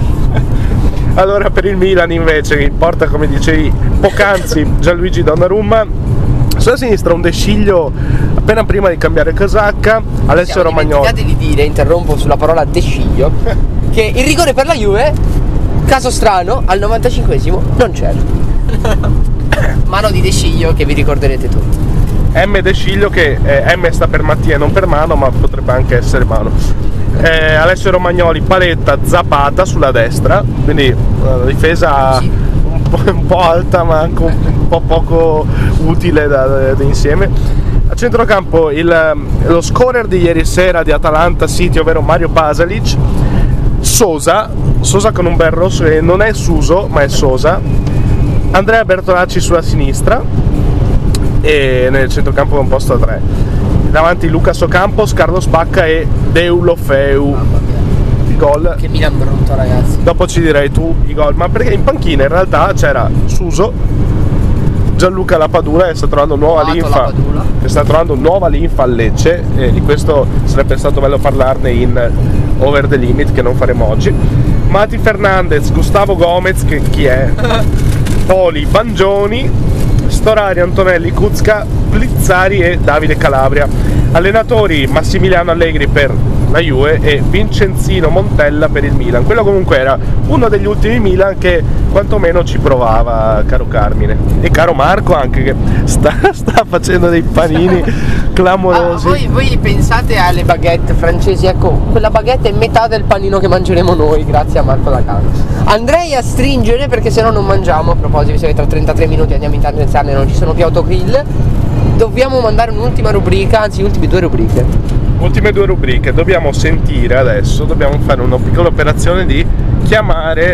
Allora per il Milan invece in porta, come dicevi poc'anzi, Gianluigi Donnarumma, sulla sinistra un De Sciglio appena prima di cambiare casacca, Alessio Siamo Romagnoli. dimenticati di dire, interrompo sulla parola De Sciglio, che il rigore per la Juve, caso strano, al novantacinquesimo non c'era. Mano di De Sciglio che vi ricorderete tutti. M De Sciglio, che eh, M sta per Mattia e non per mano, ma potrebbe anche essere mano. eh, Alessio Romagnoli, Paletta, Zapata sulla destra, quindi una difesa Sì. un, po', un po' alta ma anche un, un po' poco utile da, da, da insieme. A centrocampo il, lo scorer di ieri sera di Atalanta City, ovvero Mario Pasalic, Sosa, Sosa con un bel rosso e non è Suso ma è Sosa, Andrea Bertolacci sulla sinistra e nel centrocampo composto da tre. Davanti Lucas Ocampos, Carlos Bacca e Deulofeu. I gol. Che Milan brutto, ragazzi. Dopo ci direi tu i gol, ma perché in panchina in realtà c'era Suso, Gianluca Lapadula che sta trovando nuova Lato linfa, Lapadula. che sta trovando nuova linfa al Lecce, e di questo sarebbe stato bello parlarne in Over the Limit, che non faremo oggi. Mati Fernandez, Gustavo Gomez, che chi è? Poli, Bangioni, Storari, Antonelli, Kuzka, Blizzari e Davide Calabria. Allenatori Massimiliano Allegri per la Juve, e Vincenzino Montella per il Milan. Quello comunque era uno degli ultimi Milan che quantomeno ci provava, caro Carmine. E caro Marco anche, che sta, sta facendo dei panini clamorosi. Ah, voi, voi pensate alle baguette francesi, ecco, quella baguette è metà del panino che mangeremo noi, grazie a Marco Lacano. Andrei a stringere perché se no non mangiamo. A proposito, visto che tra trentatré minuti andiamo in tangenziale e non ci sono più autogrill, dobbiamo mandare un'ultima rubrica, anzi ultime due rubriche. Ultime due rubriche, dobbiamo sentire adesso, dobbiamo fare una piccola operazione di chiamare.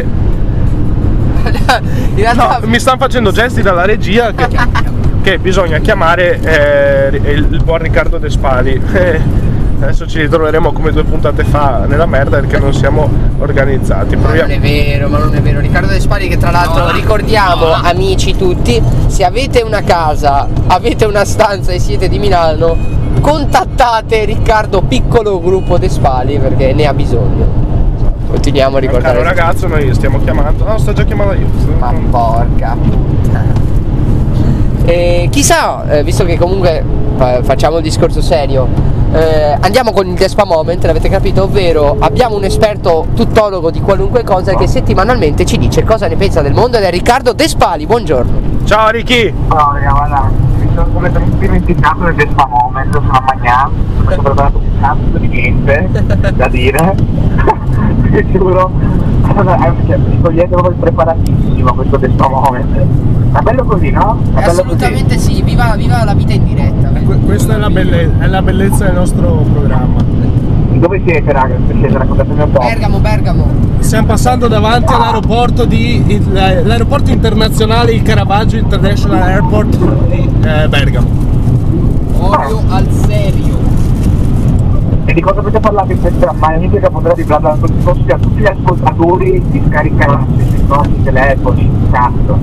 In realtà... No, mi stanno facendo gesti dalla regia che, che bisogna chiamare eh, il, il buon Riccardo De Spali. Adesso ci ritroveremo come due puntate fa nella merda perché non siamo organizzati. Ma Proviamo. non è vero, ma non è vero. Riccardo De Spali, che tra l'altro no, ricordiamo, no. Amici tutti, se avete una casa, avete una stanza e siete di Milano, contattate Riccardo Piccolo Gruppo De Spali perché ne ha bisogno. Continuiamo a ricordare. Caro ragazzo, noi stiamo chiamando. No, sto già chiamando io. Ma porca. E chissà, eh, visto che comunque eh, facciamo il discorso serio, eh, andiamo con il Despa Moment, l'avete capito? Ovvero abbiamo un esperto tuttologo di qualunque cosa che settimanalmente ci dice cosa ne pensa del mondo, ed è Riccardo De Spali. Buongiorno. Ciao Ricky. Ciao, guarda, mi sono completamente dimenticato del Despa Moment, sono a Magnà, mi sono preparato un cazzo di niente da dire, ti giuro, mi togliete proprio preparatissimo questo Despa Moment. È bello così, no? È bello Assolutamente così. Sì, viva, viva la vita in diretta. Que- questa è la, belle- è la bellezza del nostro programma. Dove siete, raga? Siete, raccontatemi un po'. Bergamo, Bergamo. Stiamo passando davanti all'aeroporto di il- l'aeroporto internazionale, il Caravaggio International Airport di eh, Bergamo. Olio al serio. E di cosa avete parlato in questa magnifica puntata di Bla Bla Bla? Consiglio a tutti gli ascoltatori di scaricarsi sui nostri telefoni, cazzo.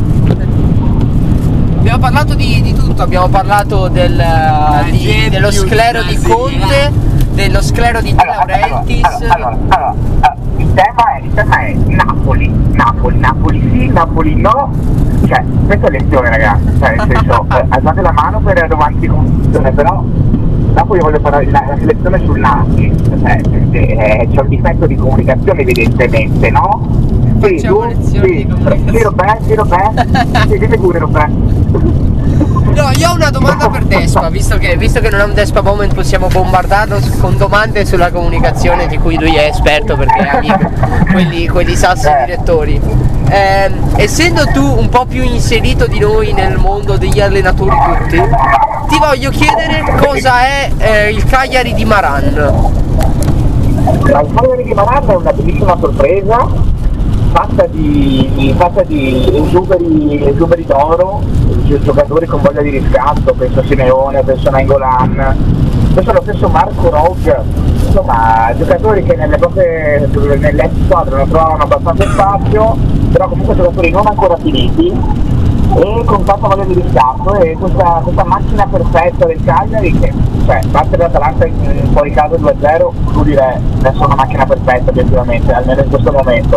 Abbiamo parlato di, di tutto, abbiamo parlato del, di, dello sclero di Conte, dello sclero di De Laurentiis. Allora, allora, allora, allora, il tema è, il tema è Napoli, Napoli, Napoli sì, Napoli no. Cioè, questa è lezione, ragazzi, cioè nel senso, eh, alzate la mano per avanti con lezione, però dopo io voglio fare la, la selezione sul Napoli, cioè, eh, c'è un difetto di comunicazione evidentemente, no? Sì, tu, sì, sì, Robè, sì, Robè, sì, dite pure, Robè. No, io ho una domanda per Despa, visto che, visto che non è un Despa Moment possiamo bombardarlo con domande sulla comunicazione di cui lui è esperto perché è amico, quelli, quelli sassi direttori. Eh, essendo tu un po' più inserito di noi nel mondo degli allenatori tutti, ti voglio chiedere cosa è eh, il Cagliari di Maran. La Cagliari di Maran è una bellissima sorpresa, fatta di, fatta di esuberi, esuberi d'oro, giocatori con voglia di riscatto, penso a Simeone, penso a Nainggolan, penso allo stesso Marco Rog, insomma giocatori che nelle proprie, nell'ex squadra non trovavano abbastanza spazio, però comunque giocatori non ancora finiti e con tanta voglia di riscatto, e questa, questa macchina perfetta del Cagliari che, cioè, battere l'Atalanta in, in fuori casa due a zero, tu direi adesso è una macchina perfetta obiettivamente, almeno in questo momento.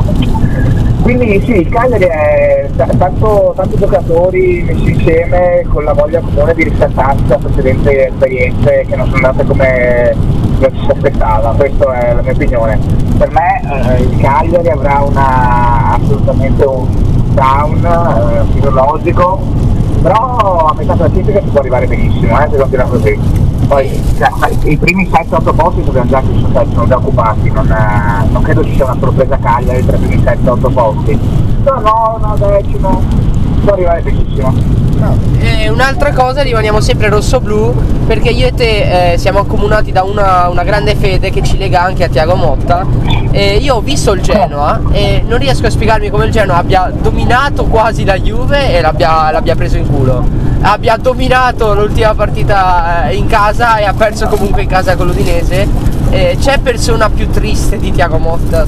Quindi sì, il Cagliari è t- tanto, tanti giocatori messi insieme con la voglia comune di riscattarsi da precedenti esperienze che non sono andate come non ci si aspettava, questa è la mia opinione. Per me eh, il Cagliari avrà una, assolutamente un down eh, filologico, però a metà classifica si può arrivare benissimo, eh, se continua così. Poi cioè, i primi sette otto posti sono già, sono già occupati, non, eh, non credo ci sia una sorpresa Cagliari tra i primi sette otto posti. No, no, no, decimo, può arrivare benissimo. No. E un'altra cosa, rimaniamo sempre rosso-blu perché io e te eh, siamo accomunati da una, una grande fede che ci lega anche a Thiago Motta. E io ho visto il Genoa e non riesco a spiegarmi come il Genoa abbia dominato quasi la Juve e l'abbia, l'abbia preso in culo, abbia dominato l'ultima partita in casa e ha perso comunque in casa con l'Udinese. Eh, c'è persona più triste di Thiago Motta?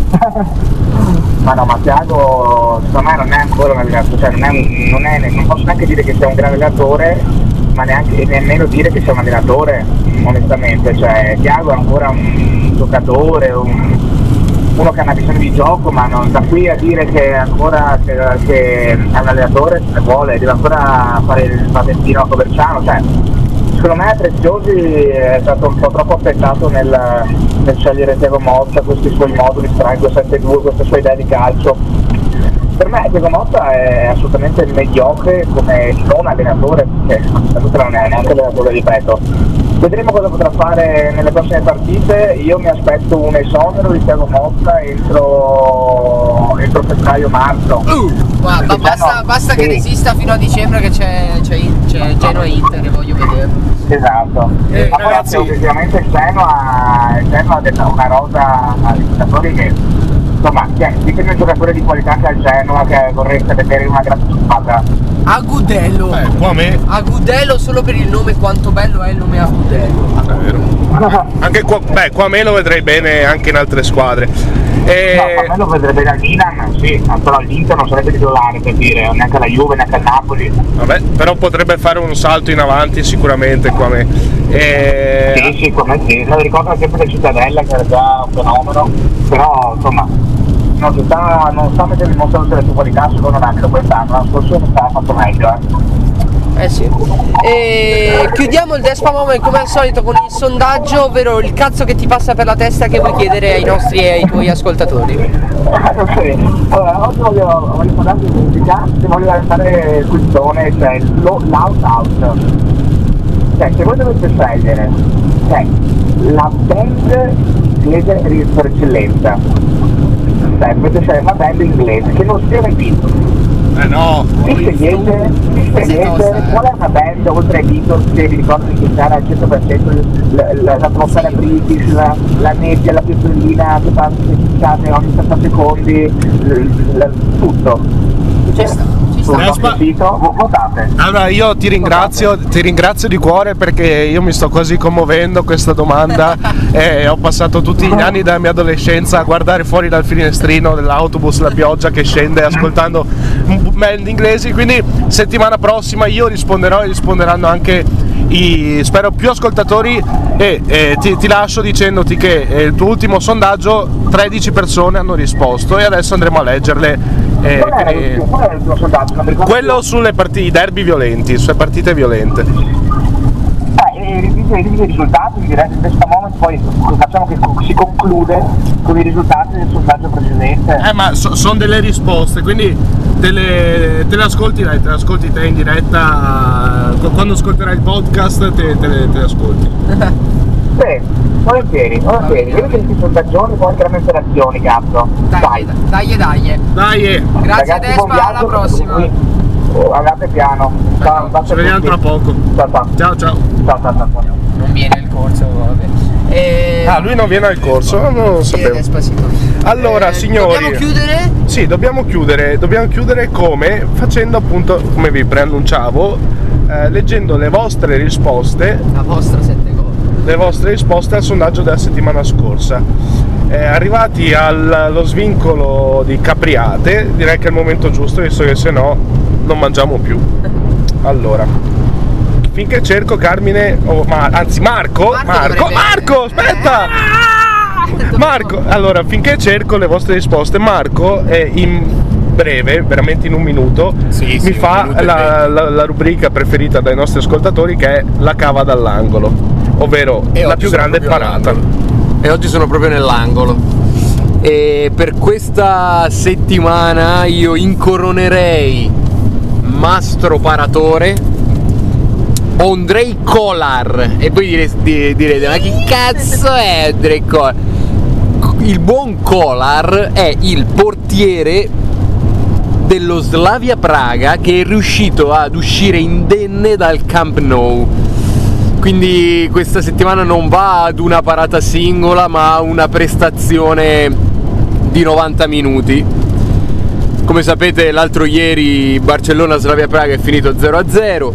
Ma no, ma Thiago secondo me non è ancora un allenatore, cioè non, è un, non, è, non posso neanche dire che sia un grande allenatore, ma neanche nemmeno dire che sia un allenatore, onestamente. Cioè Thiago è ancora un giocatore, un, uno che ha una visione di gioco, ma non da qui a dire che ancora che, che è un allenatore se ne vuole, deve ancora fare il patentino a Coverciano, cioè secondo me Preziosi è stato un po' troppo affettato nel, nel scegliere Thiago Motta, questi suoi moduli strani due sette due, queste sue idee di calcio. Per me Thiago Motta è assolutamente mediocre come non allenatore, perché non è neanche allenatore, ripeto. Vedremo cosa potrà fare nelle prossime partite. Io mi aspetto un esonero di Thiago Motta entro, entro febbraio-marzo. Uh, guarda, basta, no, basta sì. che resista fino a dicembre, che c'è, c'è, c'è Genoa Inter, che voglio vedere. Esatto. Eh, Ma poi ragazzi- ovviamente il Genoa, il Genoa ha detto una rosa di giocatori che, insomma, ditemi un giocatore di qualità che ha il Genoa che vorreste vedere in una grande squadra. Agudelo. Eh, qua a me. Agudelo solo per il nome, quanto bello è il nome Agudelo. È vero. Anche qua, beh, qua a me lo vedrei bene anche in altre squadre. E... No, a me lo vedrei bene al Milan, sì, però all'Inter non sarebbe titolare, per dire, neanche alla Juve, neanche al Napoli. Vabbè, però potrebbe fare un salto in avanti sicuramente qua a me. E... Sì, sì, come sì, lo ricordo sempre del Cittadella che era già un fenomeno, però insomma non si sta, non sta mettendo in mostra tutte le sue qualità, secondo me anche quest'anno, l'anno scorso non stava fatto meglio, eh. Eh sì. E chiudiamo il Despa Moment come al solito con il sondaggio, ovvero il cazzo che ti passa per la testa che vuoi chiedere ai nostri e ai tuoi ascoltatori. Ok, allora oggi voglio, voglio parlare di musica, se voglio fare il quizzone, cioè l'out out. Cioè, se voi dovete scegliere, cioè, la band inglese per eccellenza, cioè, dovete scegliere una band inglese che non sia repeat. Eh no. Vi scegliete, vi scegliete qual è una band oltre ai Beatles che vi ricordano di iniziare al cento per cento l'atmosfera british, la, la nebbia, la pistollina che fa che ogni sessanta secondi, l, l, tutto. Ci sta, ci Sul sta. nostro sito, votate. Allora io ti ringrazio, ti ringrazio di cuore perché io mi sto quasi commuovendo questa domanda e ho passato tutti gli anni della mia adolescenza a guardare fuori dal finestrino dell'autobus la pioggia che scende ascoltando band inglesi, quindi settimana prossima io risponderò e risponderanno anche i, spero, più ascoltatori e eh, ti, ti lascio dicendoti che eh, il tuo ultimo sondaggio tredici persone hanno risposto e adesso andremo a leggerle. Eh, Qual era quindi- l'ultimo- qual era l'ultimo sondaggio? Non mi ricordo quello più. sulle partite, i derby violenti, sulle partite violente. Eh, e rivedi i risultati, direi in questo momento poi facciamo che si conclude con i risultati del sondaggio precedente. Eh ma so- sono delle risposte, quindi te le, te le ascolti, dai, te le ascolti te in diretta, qu- quando ascolterai il podcast te, te le, te le ascolti. Sì, volentieri, volentieri. Vedi che i sondaggioni poi anche le interazioni, cazzo. Dai, dai, dai. Dai, eh, Grazie Ragazzi, buon Despa, alla viaggio, prossima. qui. Oh, andate piano. Ciao, un bacio ci a vediamo tutti. tra poco. Ciao ciao. Ciao ciao. Ciao ciao ciao. Non viene il corso, vabbè. E... Ah, lui non viene al corso? Non lo Sì, sapevo. Despacito. Allora, Eh, signori. Dobbiamo chiudere? Sì, dobbiamo chiudere, dobbiamo chiudere come? Facendo appunto, come vi preannunciavo, eh, leggendo le vostre risposte, La vostra sette gol. le vostre risposte al sondaggio della settimana scorsa. Eh, arrivati al- allo svincolo di Capriate, direi che è il momento giusto, visto che se no non mangiamo più. Allora, finché cerco Carmine, oh, ma, anzi Marco, Marco Marco, dovrebbe- Marco, aspetta! Marco, allora, finché cerco le vostre risposte, Marco è in breve, veramente in un minuto, Sì, sì, mi un fa minuto e la, la- la rubrica preferita dai nostri ascoltatori, che è la cava dall'angolo, ovvero E la oggi più sono grande proprio parata. all'angolo. E oggi sono proprio nell'angolo. E per questa settimana io incoronerei Mastro Paratore Ondrej Kolar. E voi dire- di- direte, ma chi cazzo è Ondrej Kolar? Il buon Kolar è il portiere dello Slavia Praga che è riuscito ad uscire indenne dal Camp Nou. Quindi questa settimana non va ad una parata singola ma a una prestazione di novanta minuti. Come sapete l'altro ieri Barcellona-Slavia Praga è finito zero a zero,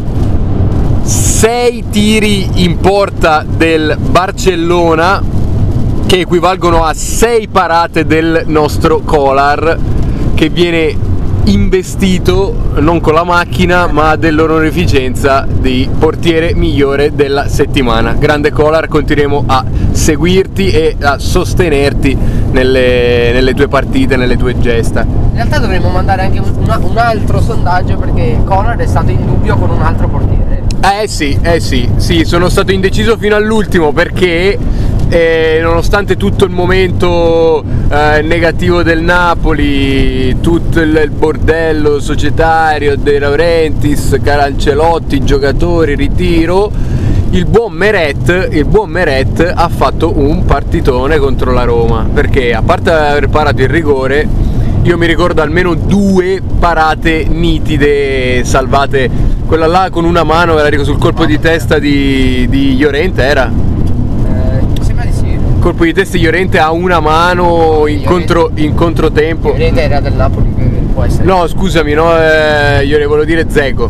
sei tiri in porta del Barcellona che equivalgono a sei parate del nostro Kolar, che viene investito non con la macchina ma dell'onorificenza di portiere migliore della settimana. Grande Kolar, continueremo a seguirti e a sostenerti nelle, nelle tue partite, nelle tue gesta. In realtà dovremmo mandare anche un, una- un altro sondaggio, perché Conor è stato in dubbio con un altro portiere. Eh sì, eh sì, sì, sono stato indeciso fino all'ultimo perché eh, nonostante tutto il momento eh, negativo del Napoli, tutto il, il bordello societario De Laurentiis, Carancelotti, giocatori, ritiro, il buon Meret, il buon Meret ha fatto un partitone contro la Roma, perché a parte aver parato il rigore, io mi ricordo almeno due parate nitide salvate, quella là con una mano era sul colpo di testa di, di Llorente, era? Eh, sembra di sì. Colpo di testa di Llorente a una mano in, contro, in controtempo. Llorente era del Napoli, può essere. No, scusami, no, eh, io ne volevo dire Dzeko.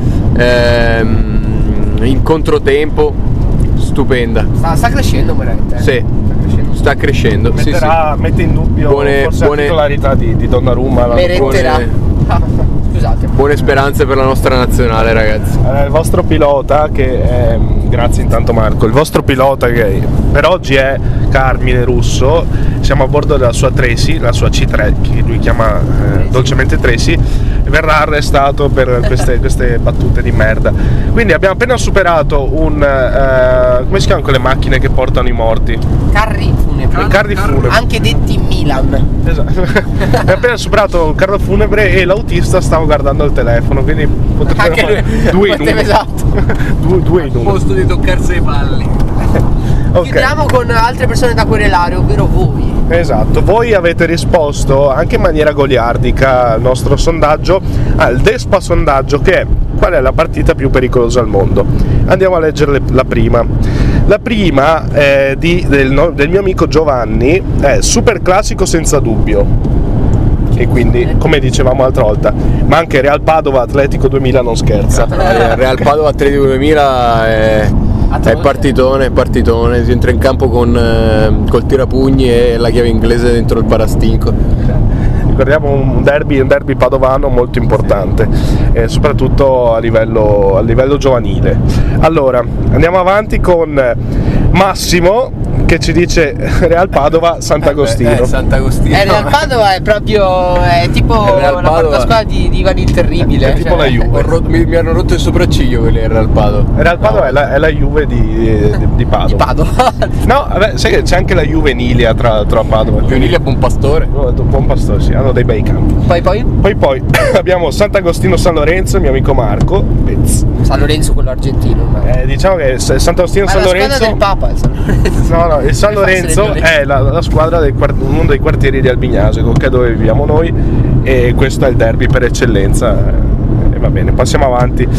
Ehm, in controtempo, stupenda. Sta, sta crescendo Meret, eh. Sì, sta crescendo. Metterà, sì, sì. Mette in dubbio Buone- forse buone- la titolarità di, di Donnarumma. Meretterà. buone- Scusate. Buone speranze per la nostra nazionale, ragazzi. Eh, il vostro pilota che è, grazie intanto Marco, il vostro pilota che per oggi è Carmine Russo, siamo a bordo della sua Tracy, la sua C tre che lui chiama eh, dolcemente Tracy, verrà arrestato per queste, queste battute di merda. Quindi abbiamo appena superato un eh, come si chiamano quelle macchine che portano i morti? Carri funebri. I carri funebri. Anche detti Milan. Esatto. Abbiamo appena superato un carro funebre e l'autista stava guardando il telefono, quindi potete Anche fare lui. due in Potete- uno. esatto. due, due in Al uno. posto di toccarsi i palli. Ok. Chiudiamo con altre persone da querelare, ovvero voi. Esatto, voi avete risposto anche in maniera goliardica al nostro sondaggio, al Despa sondaggio, che è: qual è la partita più pericolosa al mondo? Andiamo a leggere la prima. La prima è di, del, no- del mio amico Giovanni, è super classico senza dubbio. E quindi, come dicevamo l'altra volta, ma anche Real Padova Atletico duemila non scherza. Eh, Real Padova Atletico duemila è, è partitone, partitone, si entra in campo con eh, col tirapugni e la chiave inglese dentro il parastinco. Ricordiamo un derby, un derby padovano molto importante, eh, soprattutto a livello, a livello giovanile. Allora, andiamo avanti con Massimo che ci dice Real Padova Sant'Agostino. Eh, Sant'Agostino. Eh, Real Padova è proprio è tipo Real la Padova. quarta squadra di, di Ivan il Terribile. È tipo cioè. la Juve. Ho rotto- mi, mi hanno rotto il sopracciglio quelli del Real Padova. Real Padova è, la, è la Juve di, di, di Padova. Di Padova. No, vabbè, sai che c'è anche la Juvenilia tra, tra Padova. Giovanile Buon Pastore. No, Buon Pastore, sì, hanno dei bei campi. Poi poi Poi poi abbiamo Sant'Agostino San Lorenzo, il mio amico Marco. Pezz. San Lorenzo, quello argentino. ma- Eh, diciamo che S- Sant'Agostino Ma è San la squadra Lorenzo. del Papa, il San Lorenzo. No, no, il San Come fa a essere Lorenzo violento? è la, la squadra del quart- uno dei quartieri di Albignasego, che è dove viviamo noi, e questo è il derby per eccellenza. E va bene, passiamo avanti.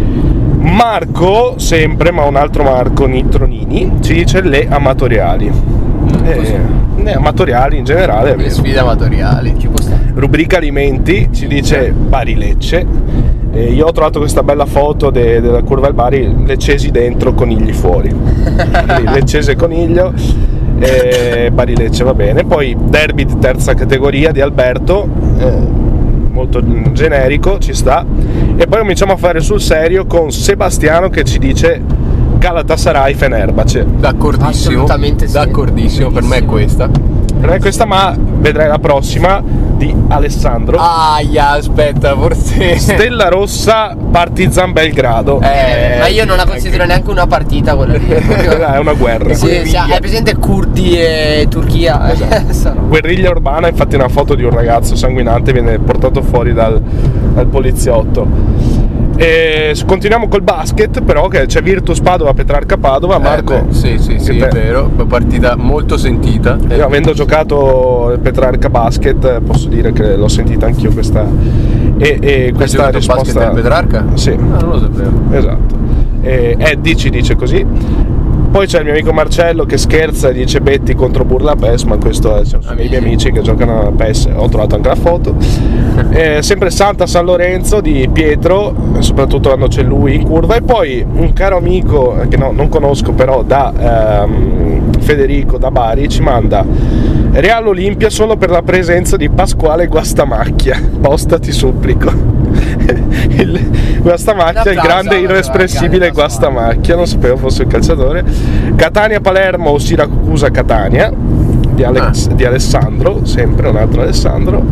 Marco, sempre, ma un altro Marco Nitronini, ci dice le amatoriali. Eh, le amatoriali in generale. è Le vero. sfide amatoriali. Ci può stare. Rubrica alimenti ci dice Bari Lecce. Eh, io ho trovato questa bella foto de- della curva al Bari, leccesi dentro, conigli fuori. Quindi leccese coniglio, eh, Bari Lecce va bene. Poi derby di terza categoria di Alberto, eh, molto generico, ci sta. E poi cominciamo a fare sul serio con Sebastiano che ci dice Galatasaray Fenerbahce. D'accordissimo. Assolutamente sì. D'accordissimo, per me è questa. Per me questa, ma vedrai la prossima di Alessandro. Aia, aspetta, forse. Stella Rossa Partizan Belgrado. Eh, Ma io non la considero neanche una partita quella lì. è una guerra. Sì, sì, hai presente Curdi e Turchia? Esatto. Guerriglia urbana, infatti una foto di un ragazzo sanguinante viene portato fuori dal, dal poliziotto. E continuiamo col basket, però, che c'è Virtus Padova Petrarca Padova. Marco, Eh beh, sì, sì, sì, che è te- vero. Partita molto sentita. io avendo giocato il Petrarca Basket posso dire che l'ho sentita anch'io questa e, e Hai questa giocato risposta basket nel Petrarca? Sì, Ah, non lo sapevo. esatto. E Eddie ci dice così. Poi c'è il mio amico Marcello che scherza e dice Betti contro Burla P E S, ma questo è, sono i miei amici che giocano a P E S, ho trovato anche la foto. Eh, sempre Santa San Lorenzo di Pietro, soprattutto quando c'è lui in curva. E poi un caro amico che no, non conosco però, da ehm, Federico da Bari, ci manda Real Olimpia solo per la presenza di Pasquale Guastamacchia. Posta ti supplico. il Guastamacchia, il Un applauso, grande allora, irrespressibile grande Guastamacchia, non sapevo fosse il calciatore. Catania Palermo o Siracusa Catania di, Alex- Ah. di Alessandro, sempre un altro Alessandro.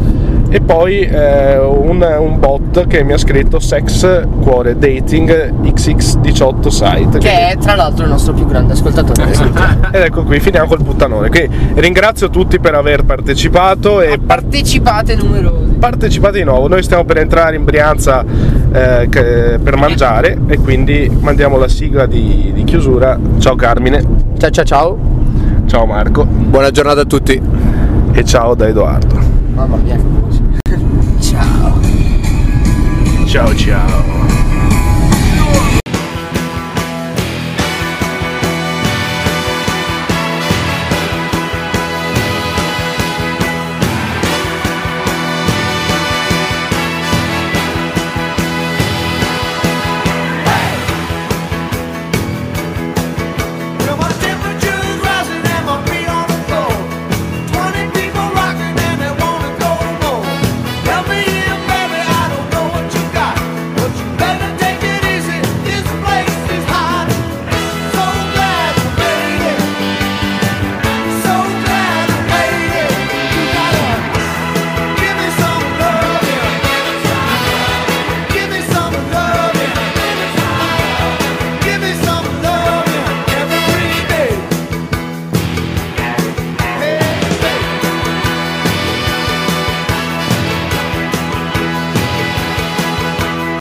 e poi eh, un, un bot che mi ha scritto Sex Cuore Dating X X diciotto Site, che è tra l'altro il nostro più grande ascoltatore. Ed ecco qui, finiamo col puttanone. Quindi ringrazio tutti per aver partecipato e partecipate numerosi. Partecipate di nuovo, noi stiamo per entrare in Brianza eh, che, per mangiare, e quindi mandiamo la sigla di, di chiusura. Ciao Carmine. Ciao ciao ciao. Ciao Marco. Buona giornata a tutti. E ciao da Edoardo. Mamma mia. Ciao. Ciao ciao.